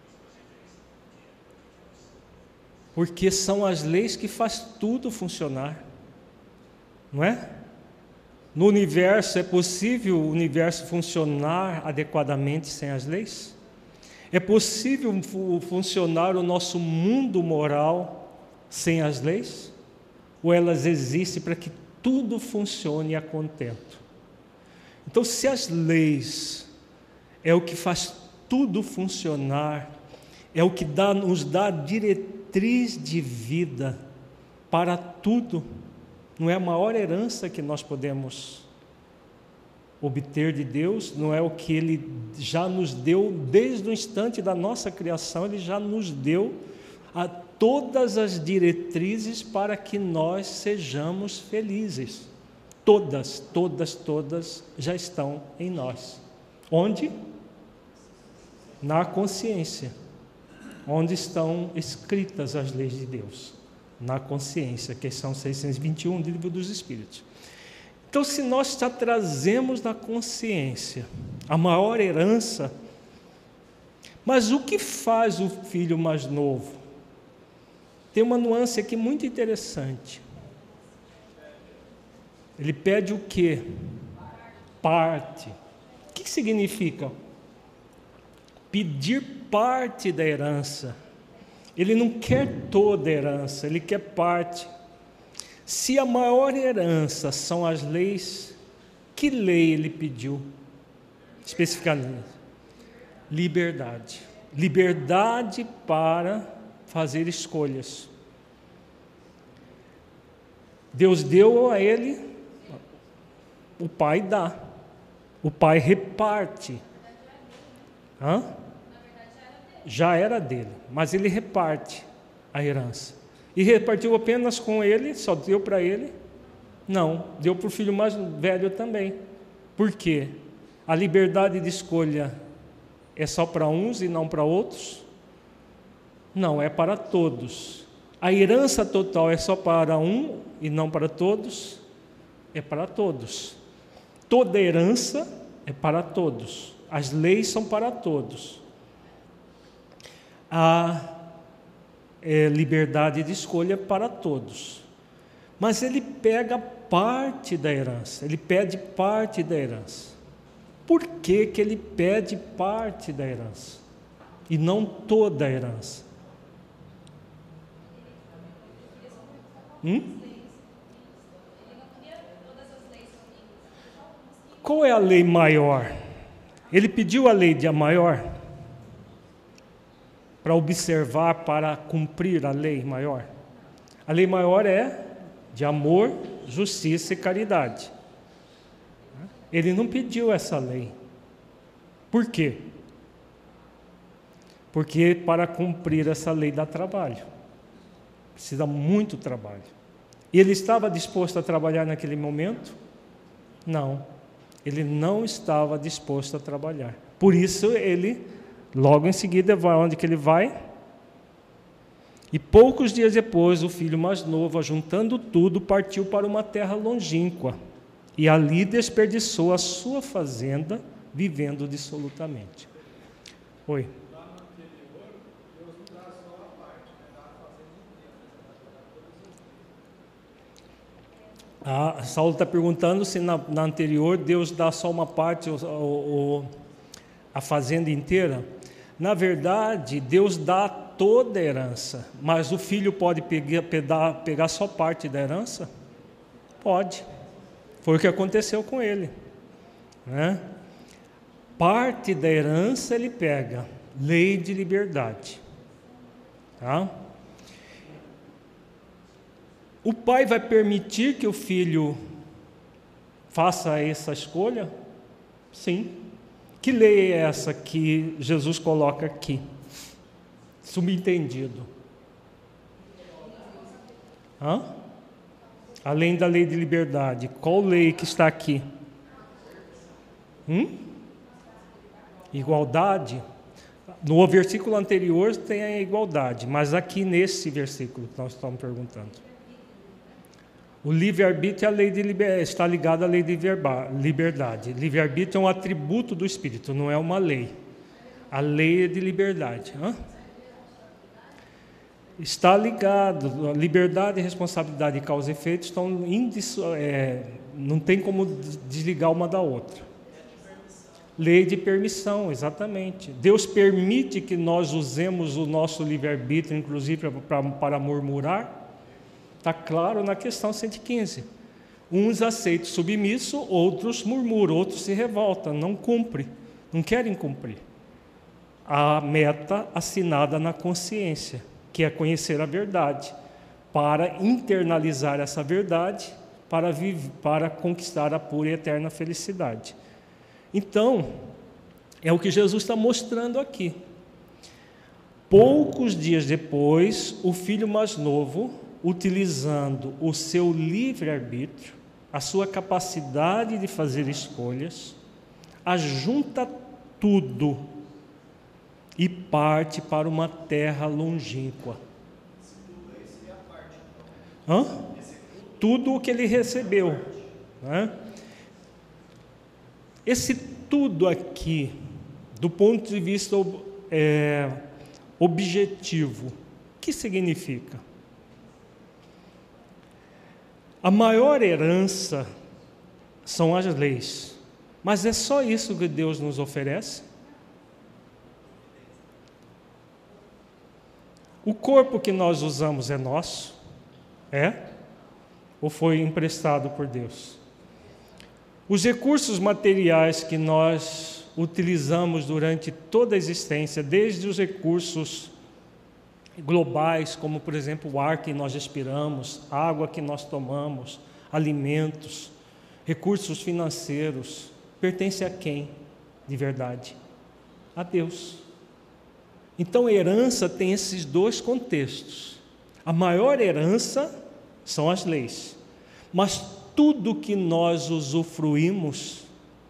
Porque são as leis que faz tudo funcionar, não é? No universo, é possível o universo funcionar adequadamente sem as leis? É possível funcionar o nosso mundo moral sem as leis? Ou elas existem para que tudo funcione a contento? Então, se as leis é o que faz tudo funcionar, é o que dá, nos dá diretriz de vida para tudo, não é a maior herança que nós podemos obter de Deus? Não é o que Ele já nos deu desde o instante da nossa criação? Ele já nos deu a todas as diretrizes para que nós sejamos felizes. Todas, todas, todas já estão em nós. Onde? Na consciência. Onde estão escritas as leis de Deus? Na consciência, questão seiscentos e vinte e um do Livro dos Espíritos. Então, se nós já trazemos na consciência a maior herança, mas o que faz o filho mais novo? Tem uma nuance aqui muito interessante. Ele pede o quê? Parte. O que significa? Pedir parte da herança. Ele não quer toda a herança, ele quer parte. Se a maior herança são as leis, que lei ele pediu? Especificamente, liberdade. Liberdade para fazer escolhas. Deus deu a ele, o Pai dá, o Pai reparte. Hã? Já era dele, mas ele reparte a herança. E repartiu apenas com ele, só deu para ele? Não, deu para o filho mais velho também. Por quê? A liberdade de escolha é só para uns e não para outros? Não, é para todos. A herança total é só para um e não para todos? É para todos. Toda herança é para todos. As leis são para todos. A é, liberdade de escolha para todos. Mas ele pega parte da herança, ele pede parte da herança. Por que que ele pede parte da herança e não toda a herança? Hum? Qual é a lei maior? Ele pediu a lei de a maior para observar, para cumprir a lei maior. A lei maior é de amor, justiça e caridade. Ele não pediu essa lei. Por quê? Porque para cumprir essa lei dá trabalho. Precisa muito trabalho. E ele estava disposto a trabalhar naquele momento? Não. Ele não estava disposto a trabalhar. Por isso ele, logo em seguida, vai onde que ele vai? E poucos dias depois, o filho mais novo, ajuntando tudo, partiu para uma terra longínqua. E ali desperdiçou a sua fazenda, vivendo dissolutamente. Oi. Ah, Saulo está perguntando se na, na anterior Deus dá só uma parte, ou, ou, a fazenda inteira. Na verdade, Deus dá toda a herança, mas o filho pode pegar, pegar, pegar só parte da herança? Pode. Foi o que aconteceu com ele. Né? Parte da herança ele pega, lei de liberdade. Tá? O pai vai permitir que o filho faça essa escolha? Sim. Que lei é essa que Jesus coloca aqui? Subentendido. Hã? Além da lei de liberdade, qual lei que está aqui? Hum? Igualdade? No versículo anterior tem a igualdade, mas aqui nesse versículo que nós estamos perguntando. O livre-arbítrio é a lei de liber... está ligado à lei de liberdade. Livre-arbítrio é um atributo do Espírito, não é uma lei. A lei é de liberdade. Hã? Está ligado, a liberdade, responsabilidade e causa e efeito estão indisso... é... não tem como desligar uma da outra. Lei de permissão, exatamente. Deus permite que nós usemos o nosso livre-arbítrio, inclusive para, para murmurar. Está claro na questão cento e quinze. Uns aceitam submisso, outros murmuram, outros se revoltam, não cumprem, não querem cumprir. A meta assinada na consciência, que é conhecer a verdade, para internalizar essa verdade, para, viver, para conquistar a pura e eterna felicidade. Então, é o que Jesus está mostrando aqui. Poucos dias depois, o filho mais novo, utilizando o seu livre-arbítrio, a sua capacidade de fazer escolhas, ajunta tudo e parte para uma terra longínqua. Hã? Tudo o que ele recebeu, né? Esse tudo aqui, do ponto de vista é, objetivo, o que significa? A maior herança são as leis, mas é só isso que Deus nos oferece? O corpo que nós usamos é nosso? É? Ou foi emprestado por Deus? Os recursos materiais que nós utilizamos durante toda a existência, desde os recursos globais, como por exemplo o ar que nós respiramos, a água que nós tomamos, alimentos, recursos financeiros, pertence a quem, de verdade? A Deus. Então, a herança tem esses dois contextos. A maior herança são as leis, mas tudo que nós usufruímos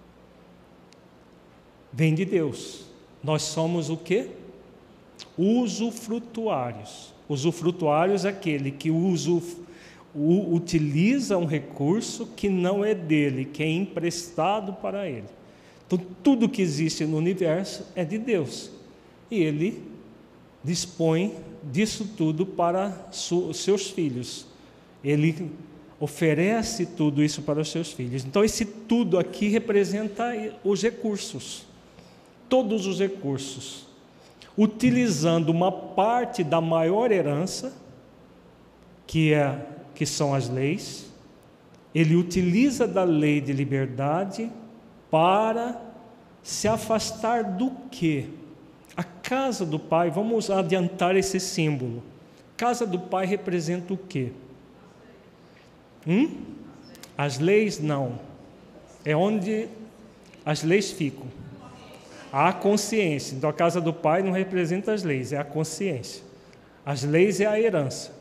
vem de Deus. Nós somos o quê? Usufrutuários. Usufrutuários é aquele que usuf... o, utiliza um recurso que não é dele, que é emprestado para ele. Então, tudo que existe no universo é de Deus. E ele dispõe disso tudo para os seus filhos. Ele oferece tudo isso para os seus filhos. Então, esse tudo aqui representa os recursos. Todos os recursos. Utilizando uma parte da maior herança, que, é, que são as leis, ele utiliza da lei de liberdade para se afastar do quê? A casa do Pai, vamos adiantar esse símbolo. Casa do Pai representa o quê? Hum? As leis não. É onde as leis ficam. A consciência. Então a casa do Pai não representa as leis, é a consciência. As leis é a herança.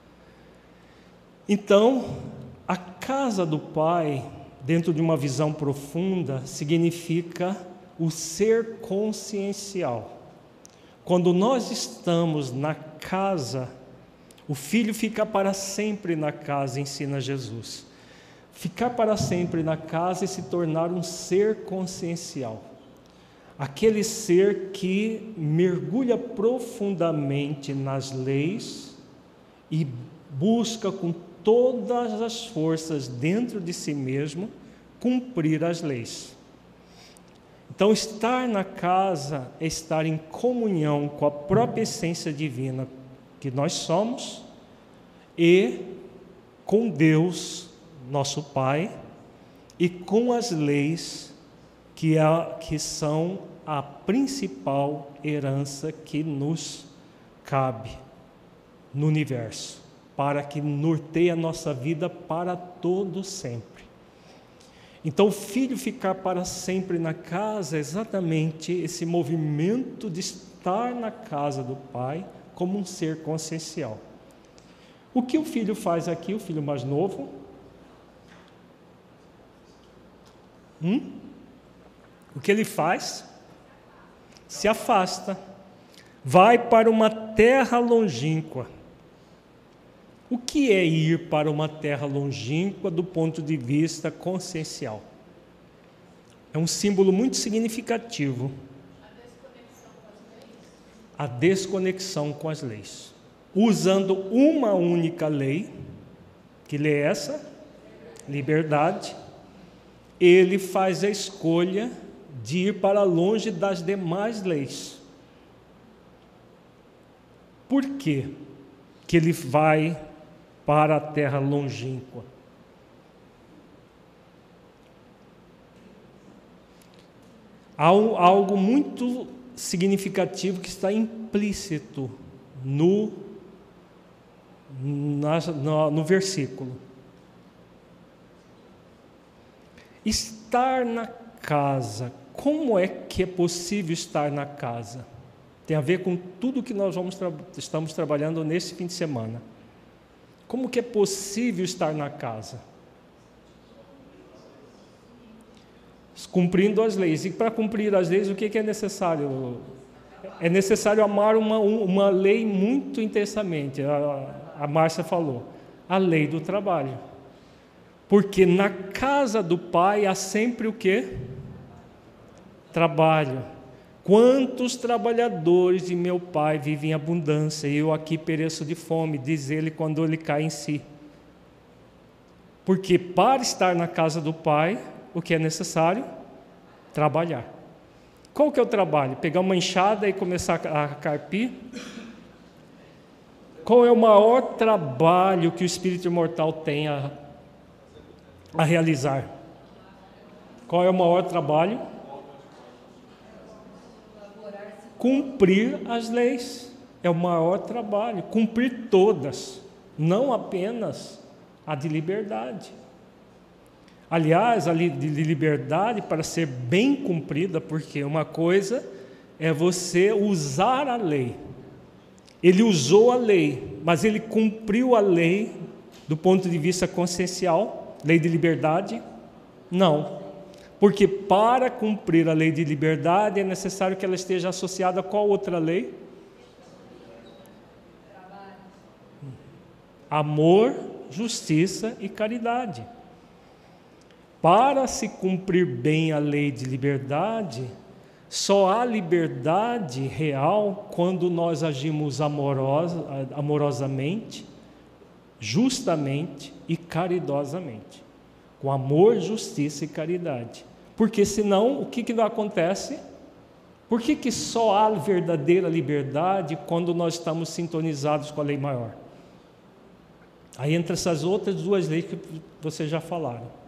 Então, a casa do Pai, dentro de uma visão profunda, significa o ser consciencial. Quando nós estamos na casa, o filho fica para sempre na casa, ensina Jesus. Ficar para sempre na casa e se tornar um ser consciencial. Aquele ser que mergulha profundamente nas leis e busca com todas as forças dentro de si mesmo cumprir as leis. Então, estar na casa é estar em comunhão com a própria essência divina que nós somos e com Deus, nosso Pai, e com as leis que, é, que são a principal herança que nos cabe no universo, para que norteie a nossa vida para todo sempre. Então, o filho ficar para sempre na casa é exatamente esse movimento de estar na casa do Pai como um ser consciencial. O que o filho faz aqui, o filho mais novo? Hum? O que ele faz? Se afasta. Vai para uma terra longínqua. O que é ir para uma terra longínqua do ponto de vista consciencial? É um símbolo muito significativo. A desconexão com as leis. Usando uma única lei, que lei é essa? Liberdade. Ele faz a escolha de ir para longe das demais leis. Por quê que ele vai para a terra longínqua? Há algo muito significativo que está implícito no, na, no, no versículo. Estar na casa. Como é que é possível estar na casa? Tem a ver com tudo que nós vamos tra- estamos trabalhando nesse fim de semana. Como que é possível estar na casa? cumprindo as leis. E para cumprir as leis, o que é necessário? É necessário amar uma, uma lei muito intensamente. A, a Márcia falou, a lei do trabalho. Porque na casa do Pai há sempre o quê? Trabalho. Quantos trabalhadores de meu Pai vivem em abundância e eu aqui pereço de fome, diz ele quando ele cai em si. Porque para estar na casa do Pai, o que é necessário? Trabalhar. Qual que é o trabalho? Pegar uma enxada e começar a carpir? Qual é o maior trabalho que o espírito imortal tem a, a realizar? Qual é o maior trabalho? Cumprir as leis. É o maior trabalho. Cumprir todas, não apenas a de liberdade. Aliás, a de liberdade, para ser bem cumprida, porque uma coisa é você usar a lei. Ele usou a lei, mas ele cumpriu a lei do ponto de vista consciencial, lei de liberdade? Não. Porque para cumprir a lei de liberdade é necessário que ela esteja associada a qual outra lei? Amor, justiça e caridade. Para se cumprir bem a lei de liberdade, só há liberdade real quando nós agimos amorosa, amorosamente, justamente e caridosamente, com amor, justiça e caridade. Porque senão, o que, que acontece? Por que, que só há verdadeira liberdade quando nós estamos sintonizados com a lei maior? Aí entra essas outras duas leis que vocês já falaram.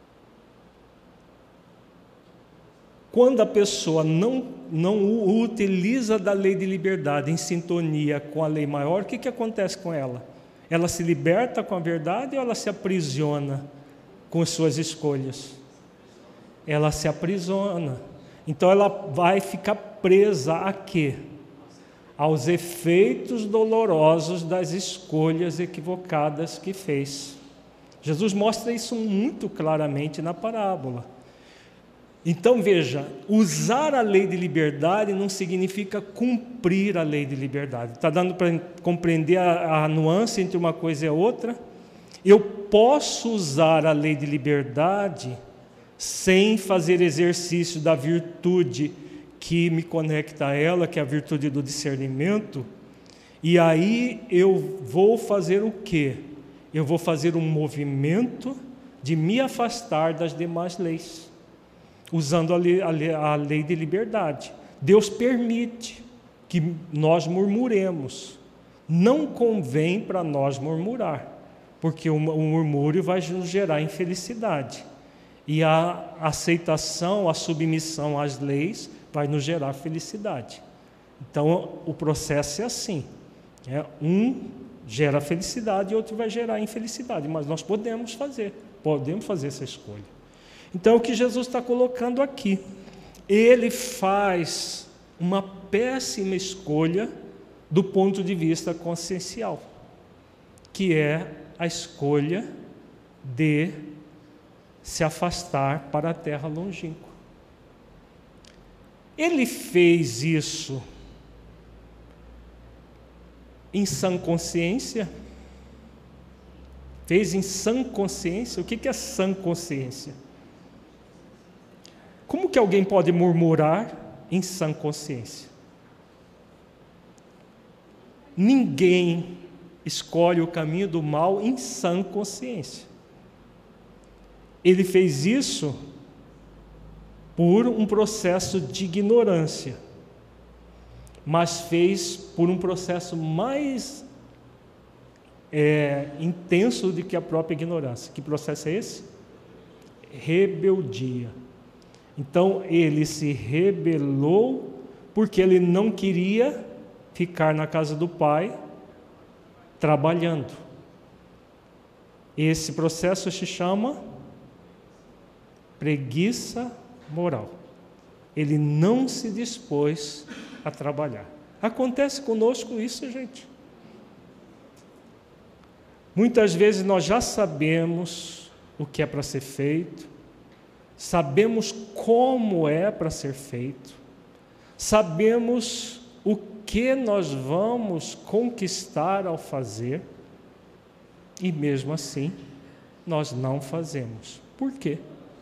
Quando a pessoa não, não utiliza da lei de liberdade em sintonia com a lei maior, o que, que acontece com ela? Ela se liberta com a verdade ou ela se aprisiona com as suas escolhas? Ela se aprisiona. Então ela vai ficar presa a quê? Aos efeitos dolorosos das escolhas equivocadas que fez. Jesus mostra isso muito claramente na parábola. Então veja, usar a lei de liberdade não significa cumprir a lei de liberdade. Está dando para compreender a, a nuance entre uma coisa e a outra? Eu posso usar a lei de liberdade sem fazer exercício da virtude que me conecta a ela, que é a virtude do discernimento, e aí eu vou fazer o quê? Eu vou fazer um movimento de me afastar das demais leis, usando a lei, a lei, a lei de liberdade. Deus permite que nós murmuremos. Não convém para nós murmurar, porque o, o murmúrio vai nos gerar infelicidade. E a aceitação, a submissão às leis vai nos gerar felicidade. Então, o processo é assim. É, um gera felicidade e outro vai gerar infelicidade. Mas nós podemos fazer, podemos fazer essa escolha. Então, é o que Jesus está colocando aqui. Ele faz uma péssima escolha do ponto de vista consciencial, que é a escolha de se afastar para a terra longínqua. Ele fez isso em sã consciência? Fez em sã consciência? O que é sã consciência? Como que alguém pode murmurar em sã consciência? Ninguém escolhe o caminho do mal em sã consciência. Ele fez isso por um processo de ignorância, mas fez por um processo mais é, intenso do que a própria ignorância. Que processo é esse? Rebeldia. Então, ele se rebelou porque ele não queria ficar na casa do Pai trabalhando. Esse processo se chama preguiça moral. Ele não se dispôs a trabalhar. Acontece conosco isso, gente. Muitas vezes nós já sabemos o que é para ser feito, sabemos como é para ser feito, sabemos o que nós vamos conquistar ao fazer, e mesmo assim nós não fazemos. Por quê?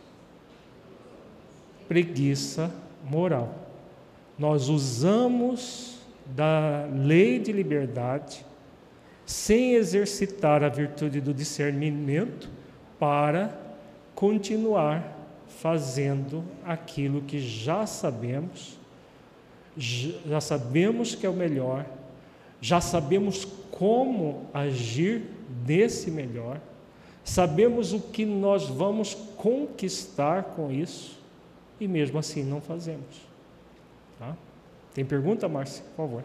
Preguiça moral. Nós usamos da lei de liberdade sem exercitar a virtude do discernimento para continuar fazendo aquilo que já sabemos, já sabemos que é o melhor, já sabemos como agir nesse melhor, sabemos o que nós vamos conquistar com isso, e mesmo assim não fazemos. Tá? Tem pergunta, Márcia? Por favor.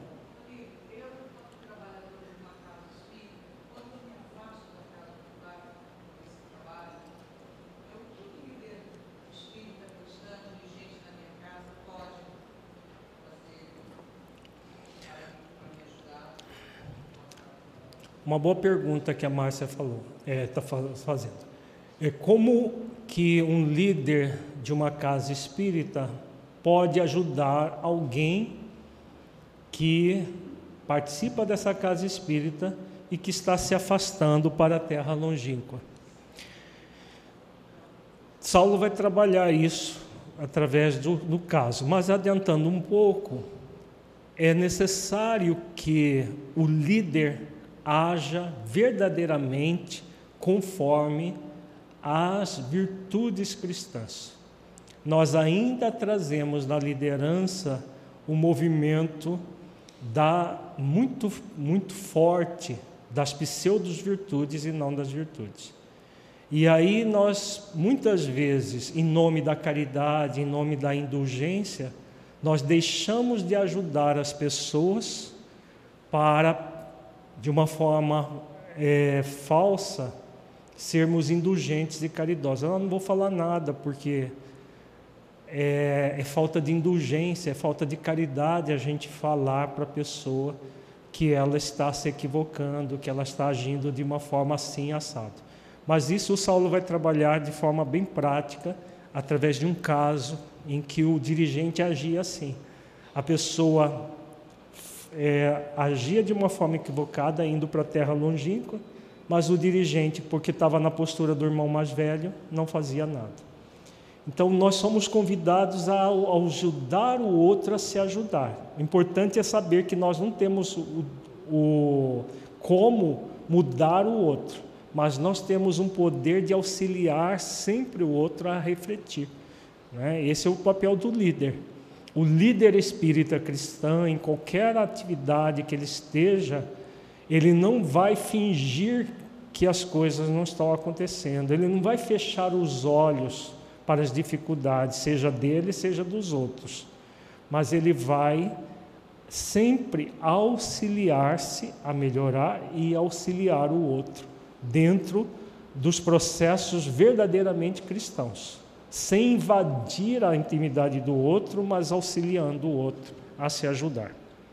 Uma boa pergunta que a Márcia falou, está é, fazendo. É como que um líder de uma casa espírita pode ajudar alguém que participa dessa casa espírita e que está se afastando para a terra longínqua? Saulo vai trabalhar isso através do, do caso, mas adiantando um pouco, é necessário que o líder haja verdadeiramente conforme as virtudes cristãs. Nós ainda trazemos na liderança o movimento da, muito, muito forte das pseudo-virtudes e não das virtudes. E aí nós, muitas vezes, em nome da caridade, em nome da indulgência, nós deixamos de ajudar as pessoas para, de uma forma é, falsa, sermos indulgentes e caridosos. Eu não vou falar nada, porque é, é falta de indulgência, é falta de caridade a gente falar para a pessoa que ela está se equivocando, que ela está agindo de uma forma assim, assado. Mas isso o Saulo vai trabalhar de forma bem prática, através de um caso em que o dirigente agia assim. A pessoa É, agia de uma forma equivocada, indo para a terra longínqua, mas o dirigente, porque estava na postura do irmão mais velho, não fazia nada. Então, nós somos convidados a, a ajudar o outro a se ajudar. O importante é saber que nós não temos o, o, como mudar o outro, mas nós temos um poder de auxiliar sempre o outro a refletir. Né? Esse é o papel do líder. O líder espírita cristão, em qualquer atividade que ele esteja, ele não vai fingir que as coisas não estão acontecendo, ele não vai fechar os olhos para as dificuldades, seja dele, seja dos outros, mas ele vai sempre auxiliar-se a melhorar e auxiliar o outro, dentro dos processos verdadeiramente cristãos, sem invadir a intimidade do outro, mas auxiliando o outro a se ajudar.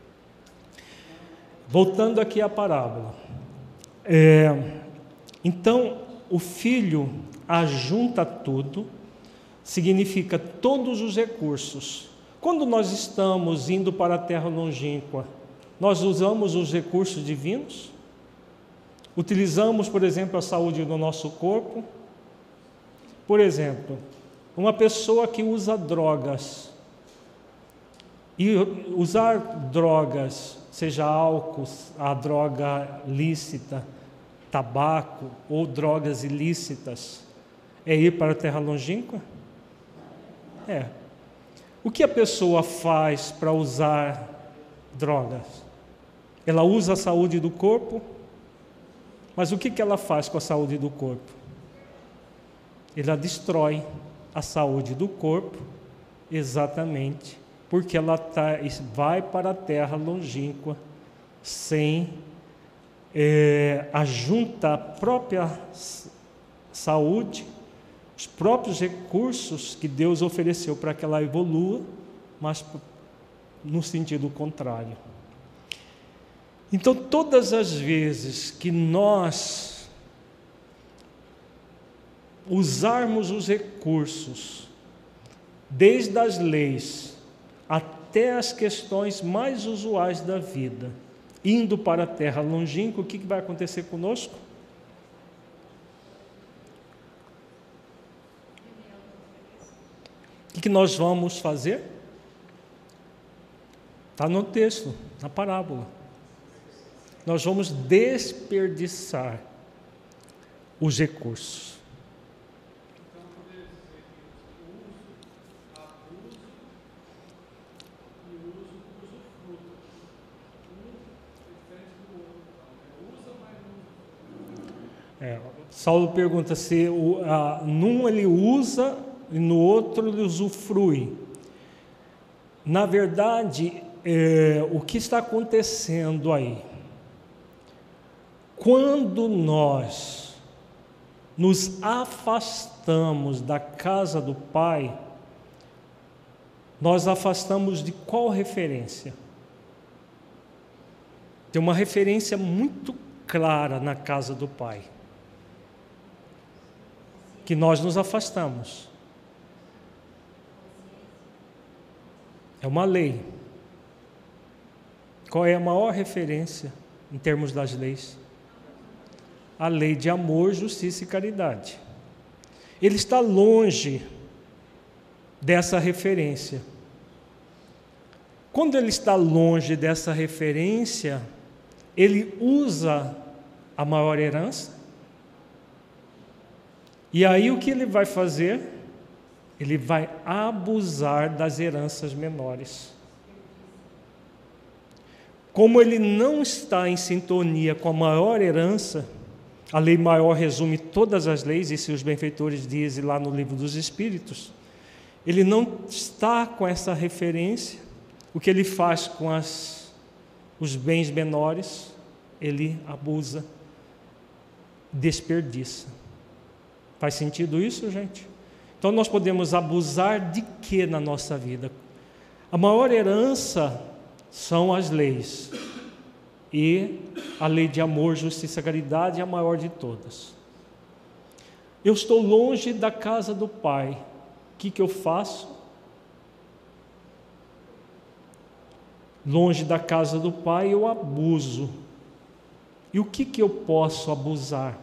Voltando aqui à parábola. É, então, o filho ajunta tudo, significa todos os recursos. Quando nós estamos indo para a terra longínqua, nós usamos os recursos divinos? Utilizamos, por exemplo, a saúde do nosso corpo? Por exemplo, uma pessoa que usa drogas, e usar drogas, seja álcool, a droga lícita, tabaco ou drogas ilícitas, é ir para a terra longínqua? É. O que a pessoa faz para usar drogas? Ela usa a saúde do corpo, mas o que que ela faz com a saúde do corpo? Ela destrói a saúde do corpo, exatamente porque ela tá, vai para a terra longínqua sem é, ajuntar a própria saúde, os próprios recursos que Deus ofereceu para que ela evolua, mas no sentido contrário. Então, todas as vezes que nós usarmos os recursos desde as leis até as questões mais usuais da vida, indo para a terra longínqua, o que vai acontecer conosco? O que nós vamos fazer? Está no texto, na parábola. Nós vamos desperdiçar os recursos. É, Saulo pergunta se o, a, num ele usa e no outro ele usufrui. Na verdade, é, o que está acontecendo aí? Quando nós nos afastamos da casa do Pai, nós afastamos de qual referência? Tem uma referência muito clara na casa do Pai, que nós nos afastamos. É uma lei. Qual é a maior referência em termos das leis? A lei de amor, justiça e caridade. Ele está longe dessa referência. Quando ele está longe dessa referência, ele usa a maior herança. E aí o que ele vai fazer? Ele vai abusar das heranças menores. Como ele não está em sintonia com a maior herança, a lei maior resume todas as leis, e se os benfeitores dizem lá no Livro dos Espíritos, ele não está com essa referência. O que ele faz com as, os bens menores? Ele abusa, desperdiça. Faz sentido isso, gente? Então nós podemos abusar de quê na nossa vida? A maior herança são as leis. E a lei de amor, justiça e caridade é a maior de todas. Eu estou longe da casa do Pai. O que, que eu faço? Longe da casa do Pai eu abuso. E o que, que eu posso abusar?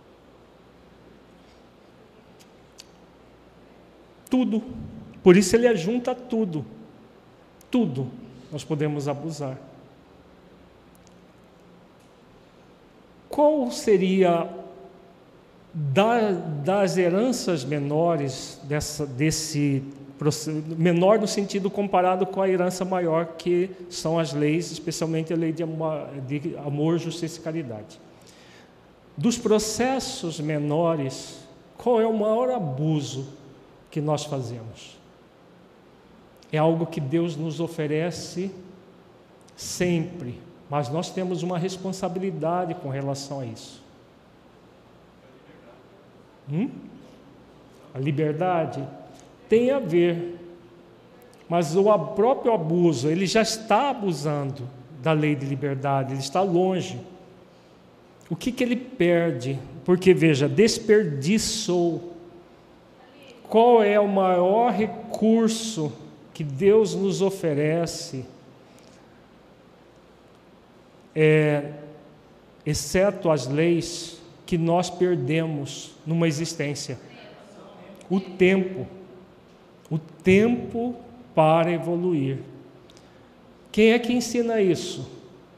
Tudo. Por isso ele ajunta tudo. Tudo nós podemos abusar. Qual seria da, das heranças menores, dessa, desse menor no sentido comparado com a herança maior, que são as leis, especialmente a lei de amor, de amor, justiça e caridade? Dos processos menores, qual é o maior abuso que nós fazemos? É algo que Deus nos oferece sempre, mas nós temos uma responsabilidade com relação a isso. Hum? A liberdade tem a ver, mas o próprio abuso, ele já está abusando da lei de liberdade, ele está longe. O que, que ele perde? Porque, veja, desperdiçou. Qual é o maior recurso que Deus nos oferece, é, exceto as leis, que nós perdemos numa existência? O tempo. O tempo para evoluir. Quem é que ensina isso?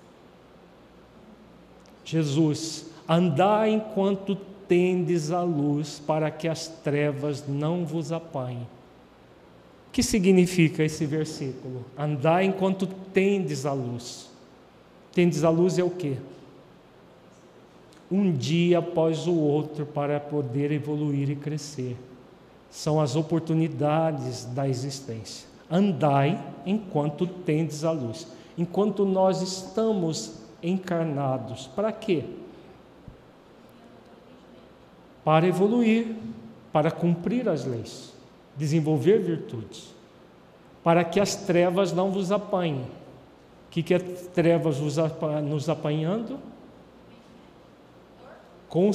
Jesus. Andai enquanto tendes a luz, para que as trevas não vos apanhem. O que significa esse versículo? Andai enquanto tendes a luz. Tendes a luz é o quê? Um dia após o outro para poder evoluir e crescer. São as oportunidades da existência. Andai enquanto tendes a luz. Enquanto nós estamos encarnados. Para quê? Para evoluir, para cumprir as leis, desenvolver virtudes, para que as trevas não vos apanhem. O que, que é trevas nos apanhando?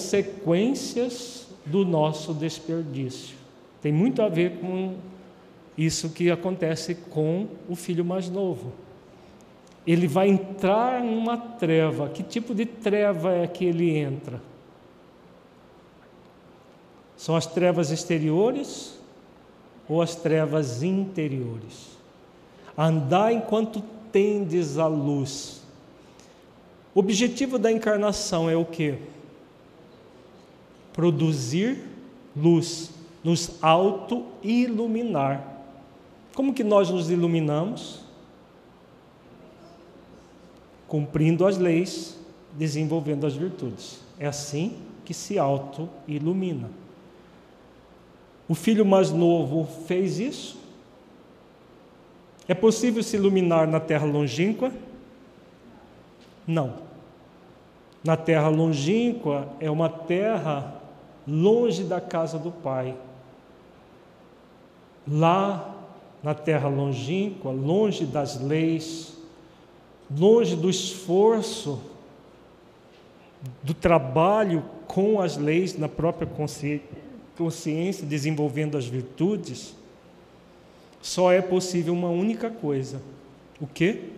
Consequências do nosso desperdício. Tem muito a ver com Isso que acontece com o filho mais novo. Ele vai entrar numa treva. Que tipo de treva é que ele entra? São as trevas exteriores ou as trevas interiores? Andar enquanto tendes a luz. O objetivo da encarnação é o quê? Produzir luz, nos auto-iluminar. Como que nós nos iluminamos? Cumprindo as leis, desenvolvendo as virtudes. É assim que se auto-ilumina. O filho mais novo fez isso? É possível se iluminar na terra longínqua? Não. Na terra longínqua é uma terra longe da casa do Pai. Lá, na terra longínqua, longe das leis, longe do esforço, do trabalho com as leis na própria consciência, desenvolvendo as virtudes, só é possível uma única coisa. O quê?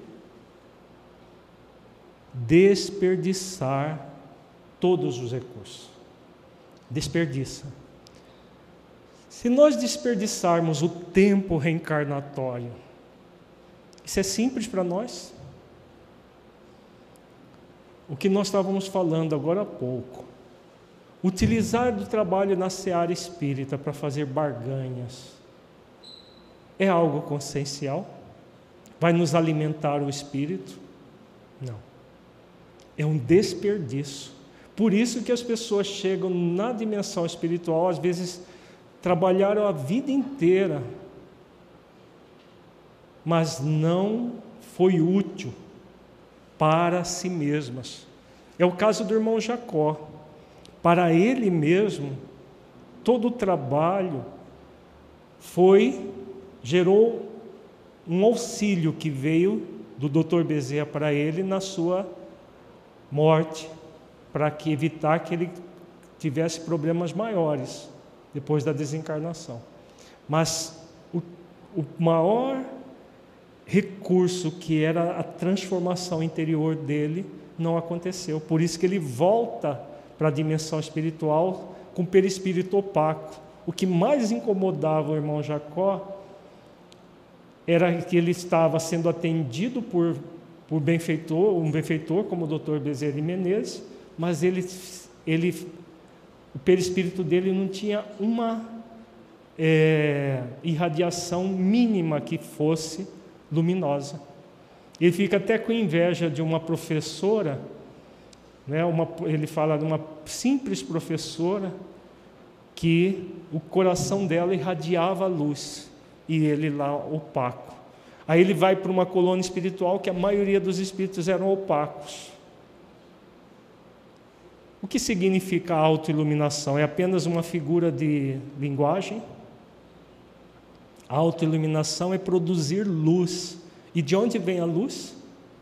Desperdiçar todos os recursos. Desperdiça. Se nós desperdiçarmos o tempo reencarnatório, isso é simples para nós? O que nós estávamos falando agora há pouco, utilizar do trabalho na seara espírita para fazer barganhas, é algo consciencial? Vai nos alimentar o espírito? Não. É um desperdício. Por isso que as pessoas chegam na dimensão espiritual, às vezes trabalharam a vida inteira, mas não foi útil para si mesmas. É o caso do irmão Jacó. Para ele mesmo, todo o trabalho foi, gerou um auxílio que veio do doutor Bezerra para ele na sua morte, para que evitar que ele tivesse problemas maiores depois da desencarnação. Mas o, o maior recurso, que era a transformação interior dele, não aconteceu. Por isso que ele volta para a dimensão espiritual com perispírito opaco. O que mais incomodava o irmão Jacó era que ele estava sendo atendido por, por benfeitor, um benfeitor como o doutor Bezerra de Menezes, mas ele, ele, o perispírito dele não tinha uma é, irradiação mínima que fosse luminosa. Ele fica até com inveja de uma professora, né, uma, ele fala de uma simples professora, que o coração dela irradiava a luz, e ele lá opaco. Aí ele vai para uma colônia espiritual que a maioria dos espíritos eram opacos. O que significa a autoiluminação? É apenas uma figura de linguagem? A autoiluminação é produzir luz. E de onde vem a luz?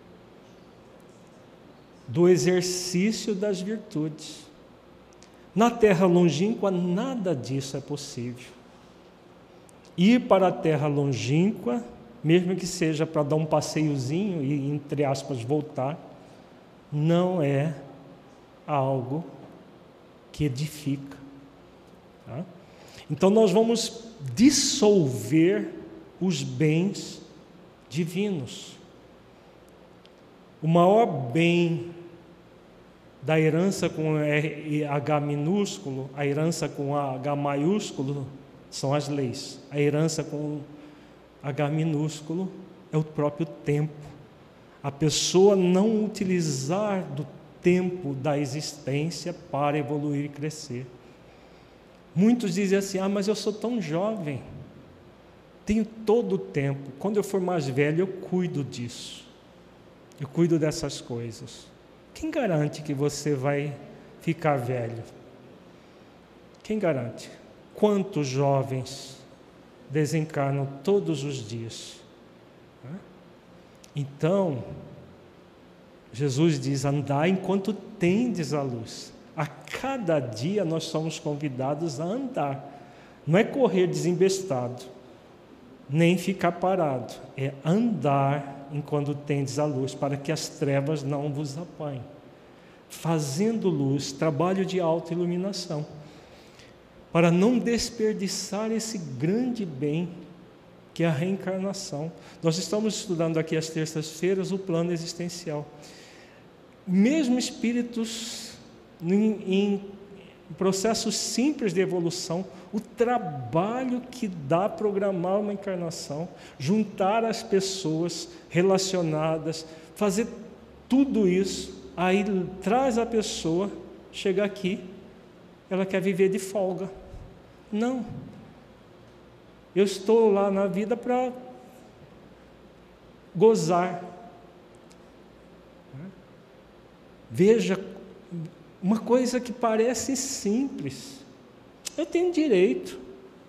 Do exercício das virtudes. Na terra longínqua, nada disso é possível. Ir para a terra longínqua, mesmo que seja para dar um passeiozinho e, entre aspas, voltar, não é algo que edifica. Tá? Então nós vamos dissolver os bens divinos. O maior bem da herança com H minúsculo, a herança com H maiúsculo, são as leis. A herança com H minúsculo é o próprio tempo. A pessoa não utilizar do tempo da existência para evoluir e crescer. Muitos dizem assim: ah, mas eu sou tão jovem, tenho todo o tempo, quando eu for mais velho eu cuido disso, eu cuido dessas coisas. Quem garante que você vai ficar velho? Quem garante? Quantos jovens desencarnam todos os dias? Então, Jesus diz: andai enquanto tendes a luz. A cada dia nós somos convidados a andar. Não é correr desembestado. nem ficar parado, é andar enquanto tendes a luz, para que as trevas não vos apanhem. Fazendo luz, trabalho de autoiluminação, para não desperdiçar esse grande bem que é a reencarnação. Nós estamos estudando aqui às terças-feiras o plano existencial. Mesmo espíritos em, em processos simples de evolução, o trabalho que dá programar uma encarnação, juntar as pessoas relacionadas, fazer tudo isso, aí traz a pessoa, chega aqui, ela quer viver de folga. Não. Eu estou lá na vida para gozar. Veja, uma coisa que parece simples. Eu tenho direito.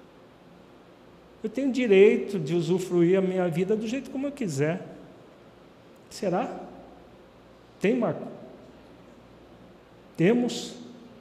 Eu tenho direito de usufruir a minha vida do jeito como eu quiser. Será? Tem, Marco? Temos?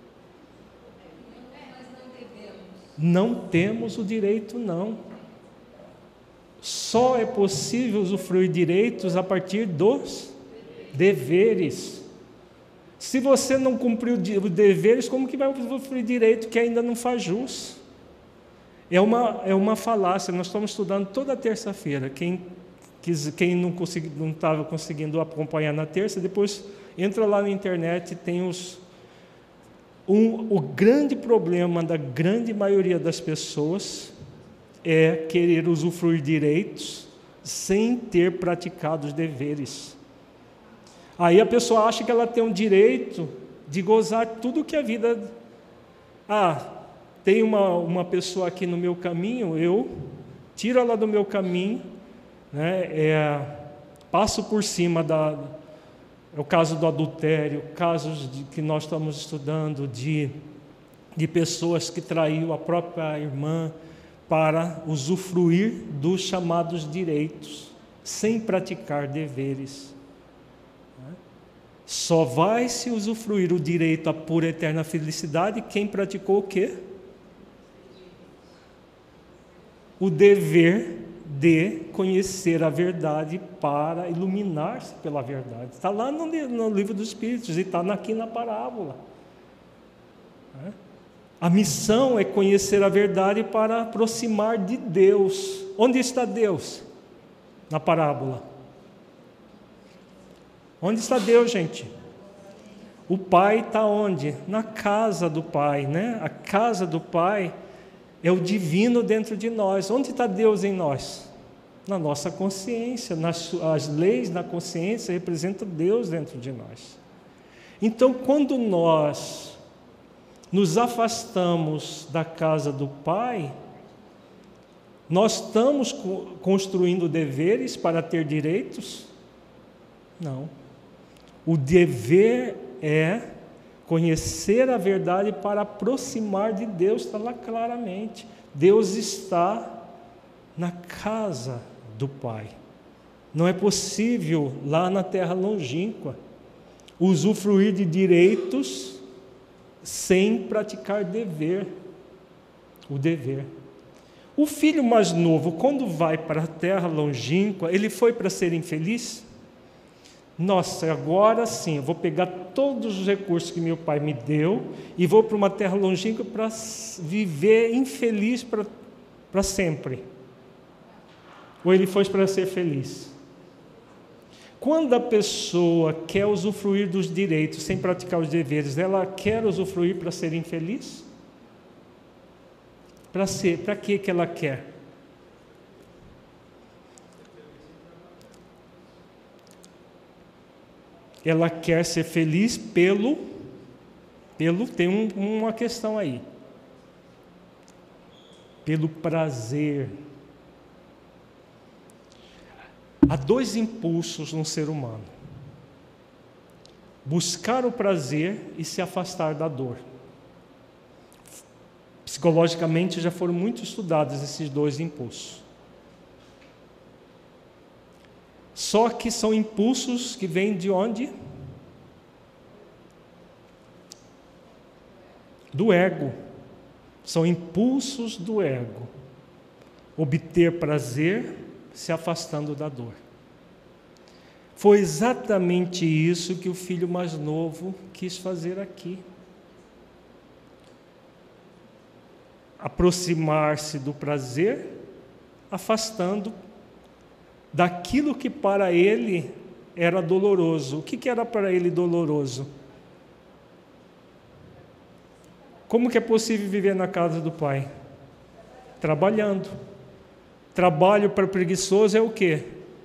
Não temos o direito, não. Só é possível usufruir direitos a partir dos deveres. Se você não cumprir os deveres, como que vai usufruir direito que ainda não faz jus? É uma, é uma falácia. Nós estamos estudando toda terça-feira. Quem, quis, quem não estava conseguindo acompanhar na terça, depois entra lá na internet, tem os... Um, o grande problema da grande maioria das pessoas é querer usufruir direitos sem ter praticado os deveres. Aí a pessoa acha que ela tem o direito de gozar tudo que a vida... Ah, tem uma, uma pessoa aqui no meu caminho, eu tiro ela do meu caminho, né, é, passo por cima da... É o caso do adultério, casos de, que nós estamos estudando de, de pessoas que traiu a própria irmã para usufruir dos chamados direitos, sem praticar deveres. Só vai se usufruir o direito à pura eterna felicidade quem praticou o quê? O dever de conhecer a verdade para iluminar-se pela verdade. Está lá no, no livro dos Espíritos e está aqui na parábola. A missão é conhecer a verdade para aproximar de Deus. Onde está Deus? Na parábola. Onde está Deus, gente? O Pai está onde? Na casa do Pai, né? A casa do Pai é o divino dentro de nós. Onde está Deus em nós? Na nossa consciência. Nas, as leis da consciência representam Deus dentro de nós. Então, quando nós nos afastamos da casa do Pai, nós estamos construindo deveres para ter direitos? Não. O dever é conhecer a verdade para aproximar de Deus, está lá claramente. Deus está na casa do Pai. Não é possível, lá na terra longínqua, usufruir de direitos sem praticar dever, o dever. O filho mais novo, quando vai para a terra longínqua, ele foi para ser infeliz? Nossa, agora sim, eu vou pegar todos os recursos que meu pai me deu e vou para uma terra longínqua para viver infeliz para, para sempre. Ou ele foi para ser feliz? Quando a pessoa quer usufruir dos direitos sem praticar os deveres, ela quer usufruir para ser infeliz? Para ser, para que que ela quer? Ela quer ser feliz pelo, pelo tem um, uma questão aí, pelo prazer. Há dois impulsos no ser humano: buscar o prazer e se afastar da dor. Psicologicamente já foram muito estudados esses dois impulsos. Só que são impulsos que vêm de onde? Do ego. São impulsos do ego. obter prazer se afastando da dor. Foi exatamente isso que o filho mais novo quis fazer aqui. Aproximar-se do prazer, afastando daquilo que para ele era doloroso. O que, que era para ele doloroso? Como que é possível viver na casa do Pai? Trabalhando. Trabalho para preguiçoso é o quê?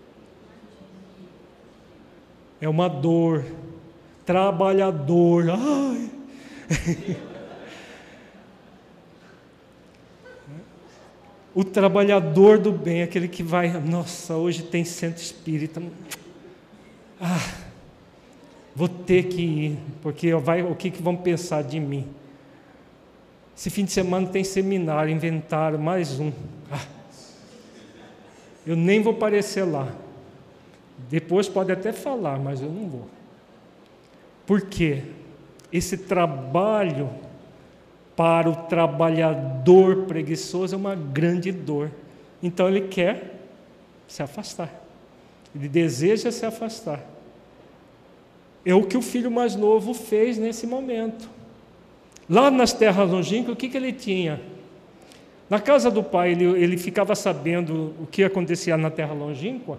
É uma dor. Trabalhador. Ai. O trabalhador do bem, aquele que vai, nossa, hoje tem centro espírita. Ah, vou ter que ir, porque vai, o que, que vão pensar de mim? Esse fim de semana tem seminário, inventaram mais um. Ah, eu nem vou aparecer lá. Depois pode até falar, mas eu não vou. Por quê? Esse trabalho para o trabalhador preguiçoso é uma grande dor. Então ele quer se afastar. Ele deseja se afastar. É o que o filho mais novo fez nesse momento. Lá nas terras longínquas, o que, que ele tinha? Na casa do pai, ele, ele ficava sabendo o que acontecia na terra longínqua.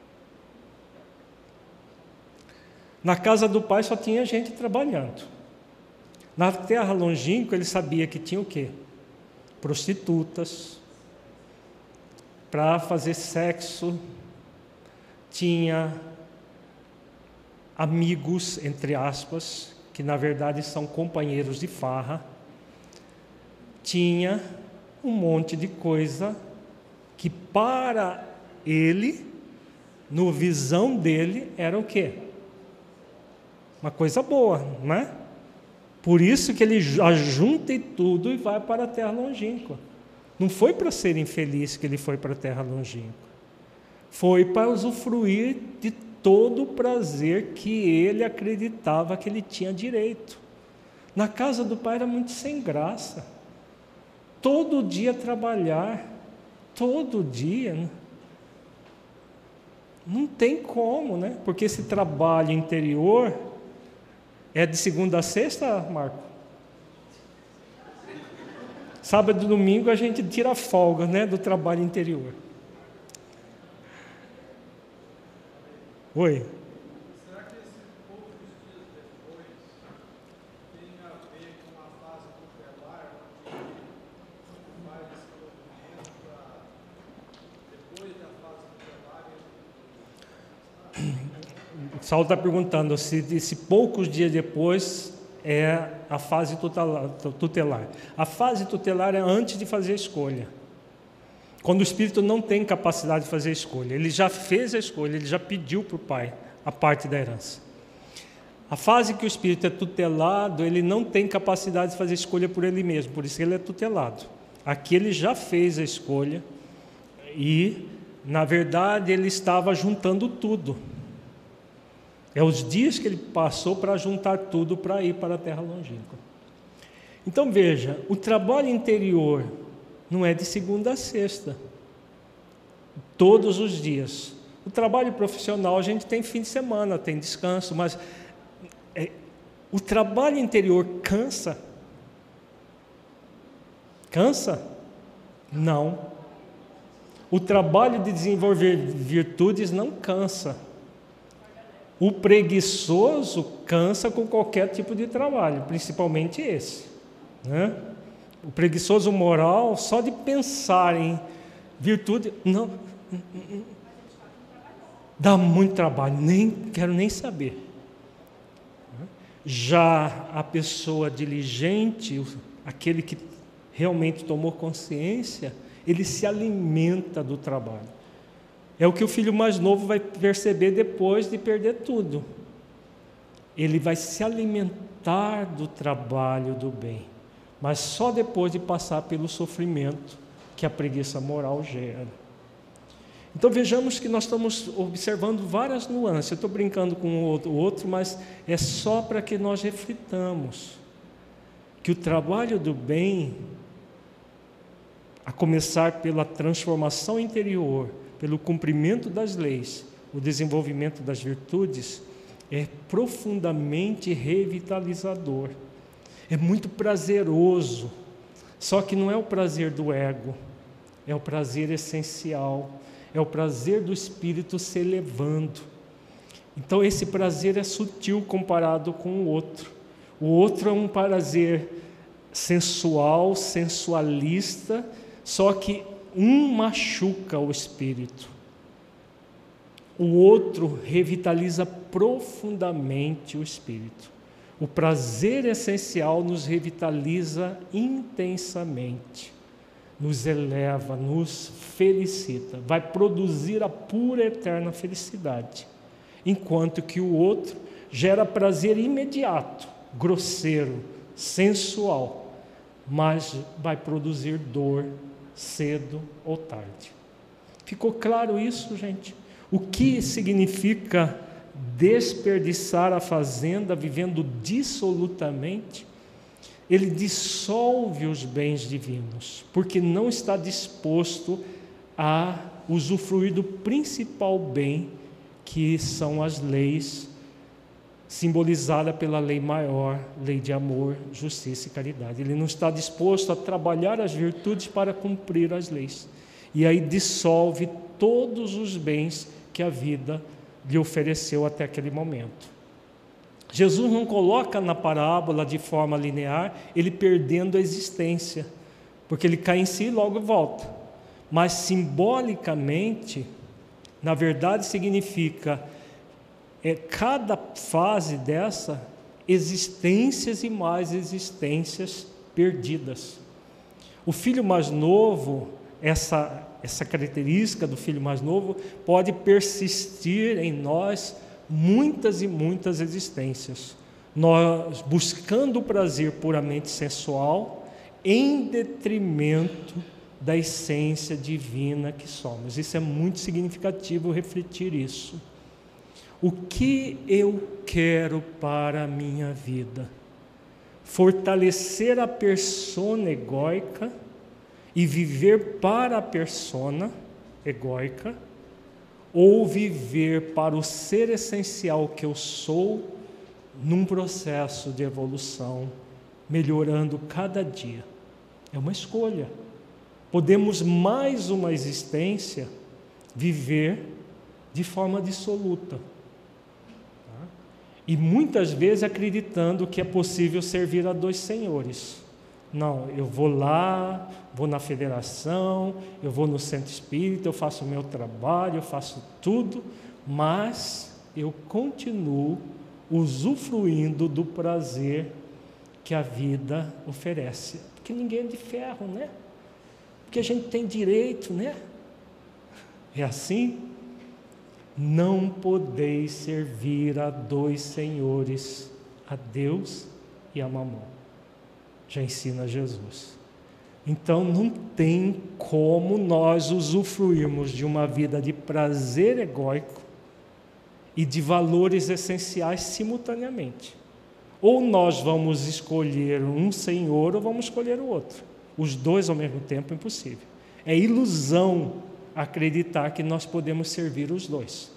Na casa do pai só tinha gente trabalhando. Na terra longínqua, ele sabia que tinha o quê? Prostitutas, para fazer sexo, tinha amigos, entre aspas, que na verdade são companheiros de farra, tinha um monte de coisa que para ele, no visão dele, era o quê? Uma coisa boa, não é? Por isso que ele ajunta tudo e vai para a terra longínqua. Não foi para ser infeliz que ele foi para a terra longínqua. Foi para usufruir de todo o prazer que ele acreditava que ele tinha direito. Na casa do pai era muito sem graça. Todo dia trabalhar, todo dia. Né? Não tem como, né? Porque esse trabalho interior é de segunda a sexta, Marco? Sábado e domingo a gente tira folga, né, do trabalho interior. Oi? Será que esses poucos dias depois tem a ver com a fase tutelar, onde faz esse movimento para depois da fase tutelar? O Saulo está perguntando se, se poucos dias depois é a fase tutelar. A fase tutelar é antes de fazer a escolha. Quando o espírito não tem capacidade de fazer a escolha. Ele já fez a escolha, ele já pediu para o pai a parte da herança. A fase que o espírito é tutelado, ele não tem capacidade de fazer a escolha por ele mesmo, por isso ele é tutelado. Aqui ele já fez a escolha e, na verdade, ele estava juntando tudo. É os dias que ele passou para juntar tudo para ir para a terra longínqua. Então veja, o trabalho interior não é de segunda a sexta, todos os dias. O trabalho profissional a gente tem fim de semana, tem descanso, mas é, o trabalho interior cansa? Cansa? Não. O trabalho de desenvolver virtudes não cansa. O preguiçoso cansa com qualquer tipo de trabalho, principalmente esse. Né? O preguiçoso moral, só de pensar em virtude, não, dá muito trabalho, nem quero nem saber. Já a pessoa diligente, aquele que realmente tomou consciência, ele se alimenta do trabalho. É o que o filho mais novo vai perceber depois de perder tudo. Ele vai se alimentar do trabalho do bem, mas só depois de passar pelo sofrimento que a preguiça moral gera. Então vejamos que nós estamos observando várias nuances. Eu estou brincando com o outro, mas é só para que nós reflitamos que o trabalho do bem a começar pela transformação interior, pelo cumprimento das leis, o desenvolvimento das virtudes, é profundamente revitalizador. É muito prazeroso, só que não é o prazer do ego, é o prazer essencial, é o prazer do espírito se elevando. Então esse prazer é sutil comparado com o outro. O outro é um prazer sensual, sensualista, só que um machuca o espírito. O outro revitaliza profundamente o espírito. O prazer essencial nos revitaliza intensamente, nos eleva, nos felicita, vai produzir a pura eterna felicidade, enquanto que o outro gera prazer imediato, grosseiro, sensual, mas vai produzir dor cedo ou tarde. Ficou claro isso, gente? O que significa desperdiçar a fazenda vivendo dissolutamente? Ele dissolve os bens divinos, porque não está disposto a usufruir do principal bem, que são as leis, simbolizada pela lei maior, lei de amor, justiça e caridade. Ele não está disposto a trabalhar as virtudes para cumprir as leis. E aí dissolve todos os bens que a vida lhe ofereceu até aquele momento. Jesus não coloca na parábola de forma linear, ele perdendo a existência, porque ele cai em si e logo volta. Mas simbolicamente, na verdade significa é, cada fase dessa, existências e mais existências perdidas. O filho mais novo, essa, essa característica do filho mais novo, pode persistir em nós muitas e muitas existências, nós buscando o prazer puramente sensual, em detrimento da essência divina que somos. Isso é muito significativo refletir isso. O que eu quero para a minha vida? Fortalecer a persona egóica e viver para a persona egóica, ou viver para o ser essencial que eu sou, num processo de evolução, melhorando cada dia? É uma escolha. Podemos, mais uma existência, viver de forma dissoluta. Tá? E muitas vezes acreditando que é possível servir a dois senhores. Não, eu vou lá, vou na federação, eu vou no centro espírita, eu faço o meu trabalho, eu faço tudo, mas eu continuo usufruindo do prazer que a vida oferece. Porque ninguém é de ferro, né? Porque a gente tem direito, né? É assim? Não podeis servir a dois senhores, a Deus e a Mamon. Já ensina Jesus. Então não tem como nós usufruirmos de uma vida de prazer egóico e de valores essenciais simultaneamente. Ou nós vamos escolher um senhor ou vamos escolher o outro. Os dois ao mesmo tempo é impossível. É ilusão acreditar que nós podemos servir os dois.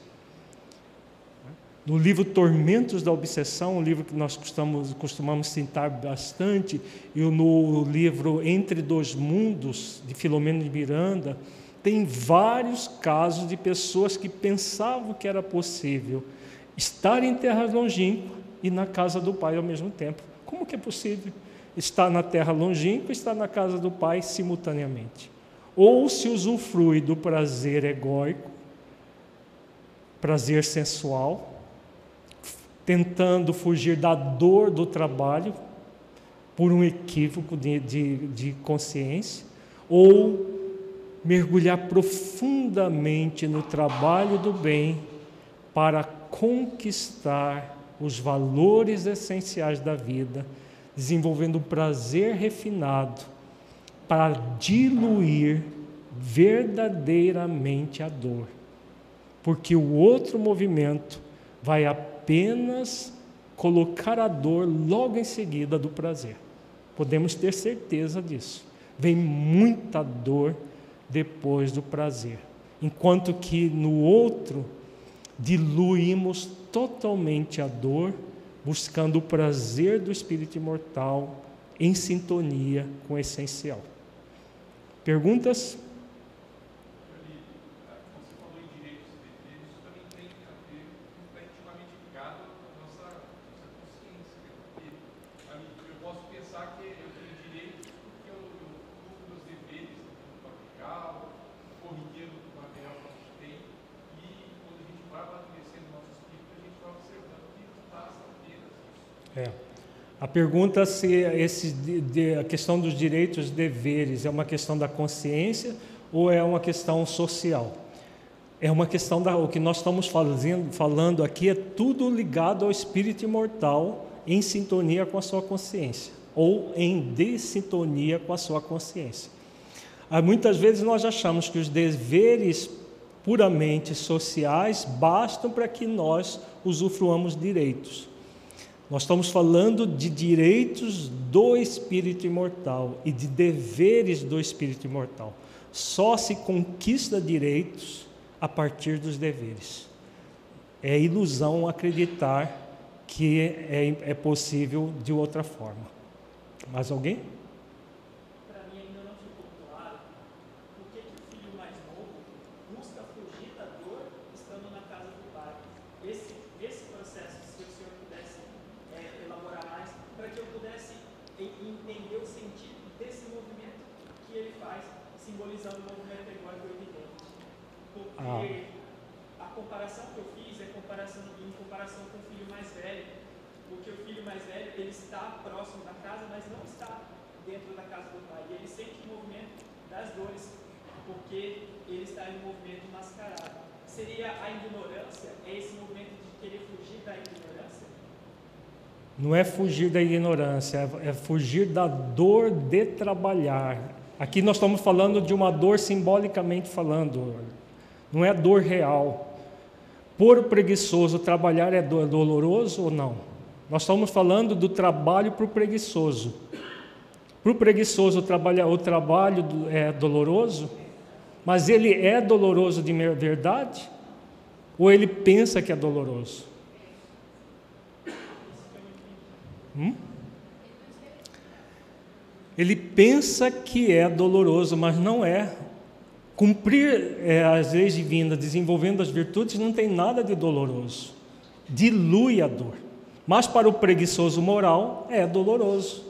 No livro Tormentos da Obsessão, um livro que nós costumamos, costumamos citar bastante, e no livro Entre Dois Mundos, de Filomeno de Miranda, tem vários casos de pessoas que pensavam que era possível estar em terra longínqua e na casa do Pai ao mesmo tempo. Como que é possível estar na terra longínqua e estar na casa do Pai simultaneamente? Ou se usufrui do prazer egóico, prazer sensual, tentando fugir da dor do trabalho por um equívoco de, de, de consciência, ou mergulhar profundamente no trabalho do bem para conquistar os valores essenciais da vida, desenvolvendo um prazer refinado para diluir verdadeiramente a dor, porque o outro movimento vai apenas colocar a dor logo em seguida do prazer. Podemos ter certeza disso. Vem muita dor depois do prazer. Enquanto que no outro, diluímos totalmente a dor, buscando o prazer do espírito imortal em sintonia com o essencial. Perguntas? É. A pergunta se esse, de, a questão dos direitos e deveres é uma questão da consciência ou é uma questão social? É uma questão da... O que nós estamos fazendo, falando aqui é tudo ligado ao espírito imortal em sintonia com a sua consciência ou em dessintonia com a sua consciência. Há, muitas vezes nós achamos que os deveres puramente sociais bastam para que nós usufruamos direitos. Nós estamos falando de direitos do espírito imortal e de deveres do espírito imortal. Só se conquista direitos a partir dos deveres. É ilusão acreditar que é, é possível de outra forma. Mais alguém? Para mim ainda não ficou claro por que que o filho mais novo busca fugir da dor estando na casa do pai. Esse, esse processo, se o senhor pudesse é, elaborar mais, para que eu pudesse entender o sentido desse movimento que ele faz, simbolizando o movimento egóico evidente. Porque ah. a comparação que eu fiz é comparação, em comparação com o filho mais velho, porque o filho mais velho ele está próximo da casa, mas não está dentro da casa do pai, e ele sente o movimento das dores, porque ele está em um movimento mascarado. Seria a ignorância, é esse movimento de querer fugir da ignorância? Não é fugir da ignorância, é fugir da dor de trabalhar. Aqui nós estamos falando de uma dor simbolicamente falando, não é dor real. Por o preguiçoso, trabalhar é doloroso ou não? Nós estamos falando do trabalho para o preguiçoso. Para o preguiçoso, o trabalho, o trabalho é doloroso, mas ele é doloroso de verdade? Ou ele pensa que é doloroso? Hum? Ele pensa que é doloroso, mas não é. Cumprir é, as leis divinas, desenvolvendo as virtudes, não tem nada de doloroso. Dilui a dor. Mas para o preguiçoso moral, é doloroso.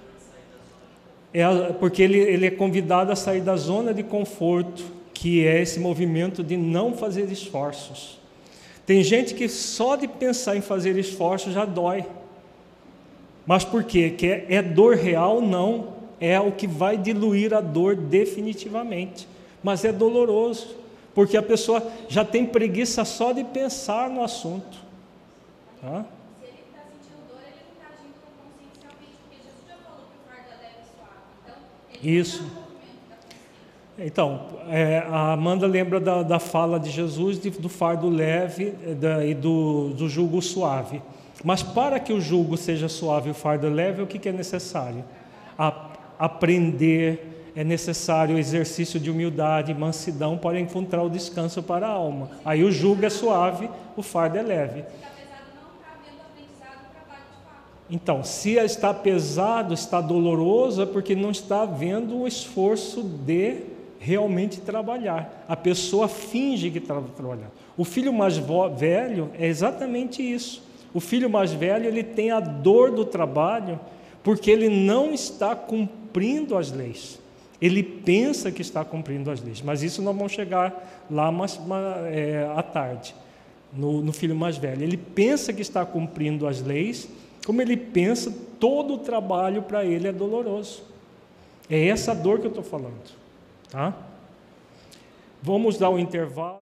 É porque ele, ele é convidado a sair da zona de conforto, que é esse movimento de não fazer esforços. Tem gente que só de pensar em fazer esforços já dói. Mas por quê? Que é, é dor real? Não. É o que vai diluir a dor definitivamente. Mas é doloroso, porque a pessoa já tem preguiça só de pensar no assunto. Tá? Se ele está sentindo dor, ele não está agindo consciencialmente, porque Jesus já falou que o fardo é leve e suave. Então, ele Isso. não está no movimento da consciência. Então, é, a Amanda lembra da, da fala de Jesus de, do fardo leve da, e do, do jugo suave. Mas para que o jugo seja suave e o fardo leve, o que, que é necessário? A, aprender, é necessário o exercício de humildade, mansidão para encontrar o descanso para a alma. Aí o jugo é suave, o fardo é leve. Então, se está pesado, está doloroso, é porque não está havendo o esforço de realmente trabalhar. A pessoa finge que está trabalhando. O filho mais velho é exatamente isso. O filho mais velho, ele tem a dor do trabalho porque ele não está cumprindo as leis. Ele pensa que está cumprindo as leis, mas isso nós vamos chegar lá mais, mais, é, à tarde, no, no filho mais velho. Ele pensa que está cumprindo as leis, como ele pensa, todo o trabalho para ele é doloroso. É essa dor que eu estou falando. Tá? Vamos dar um intervalo.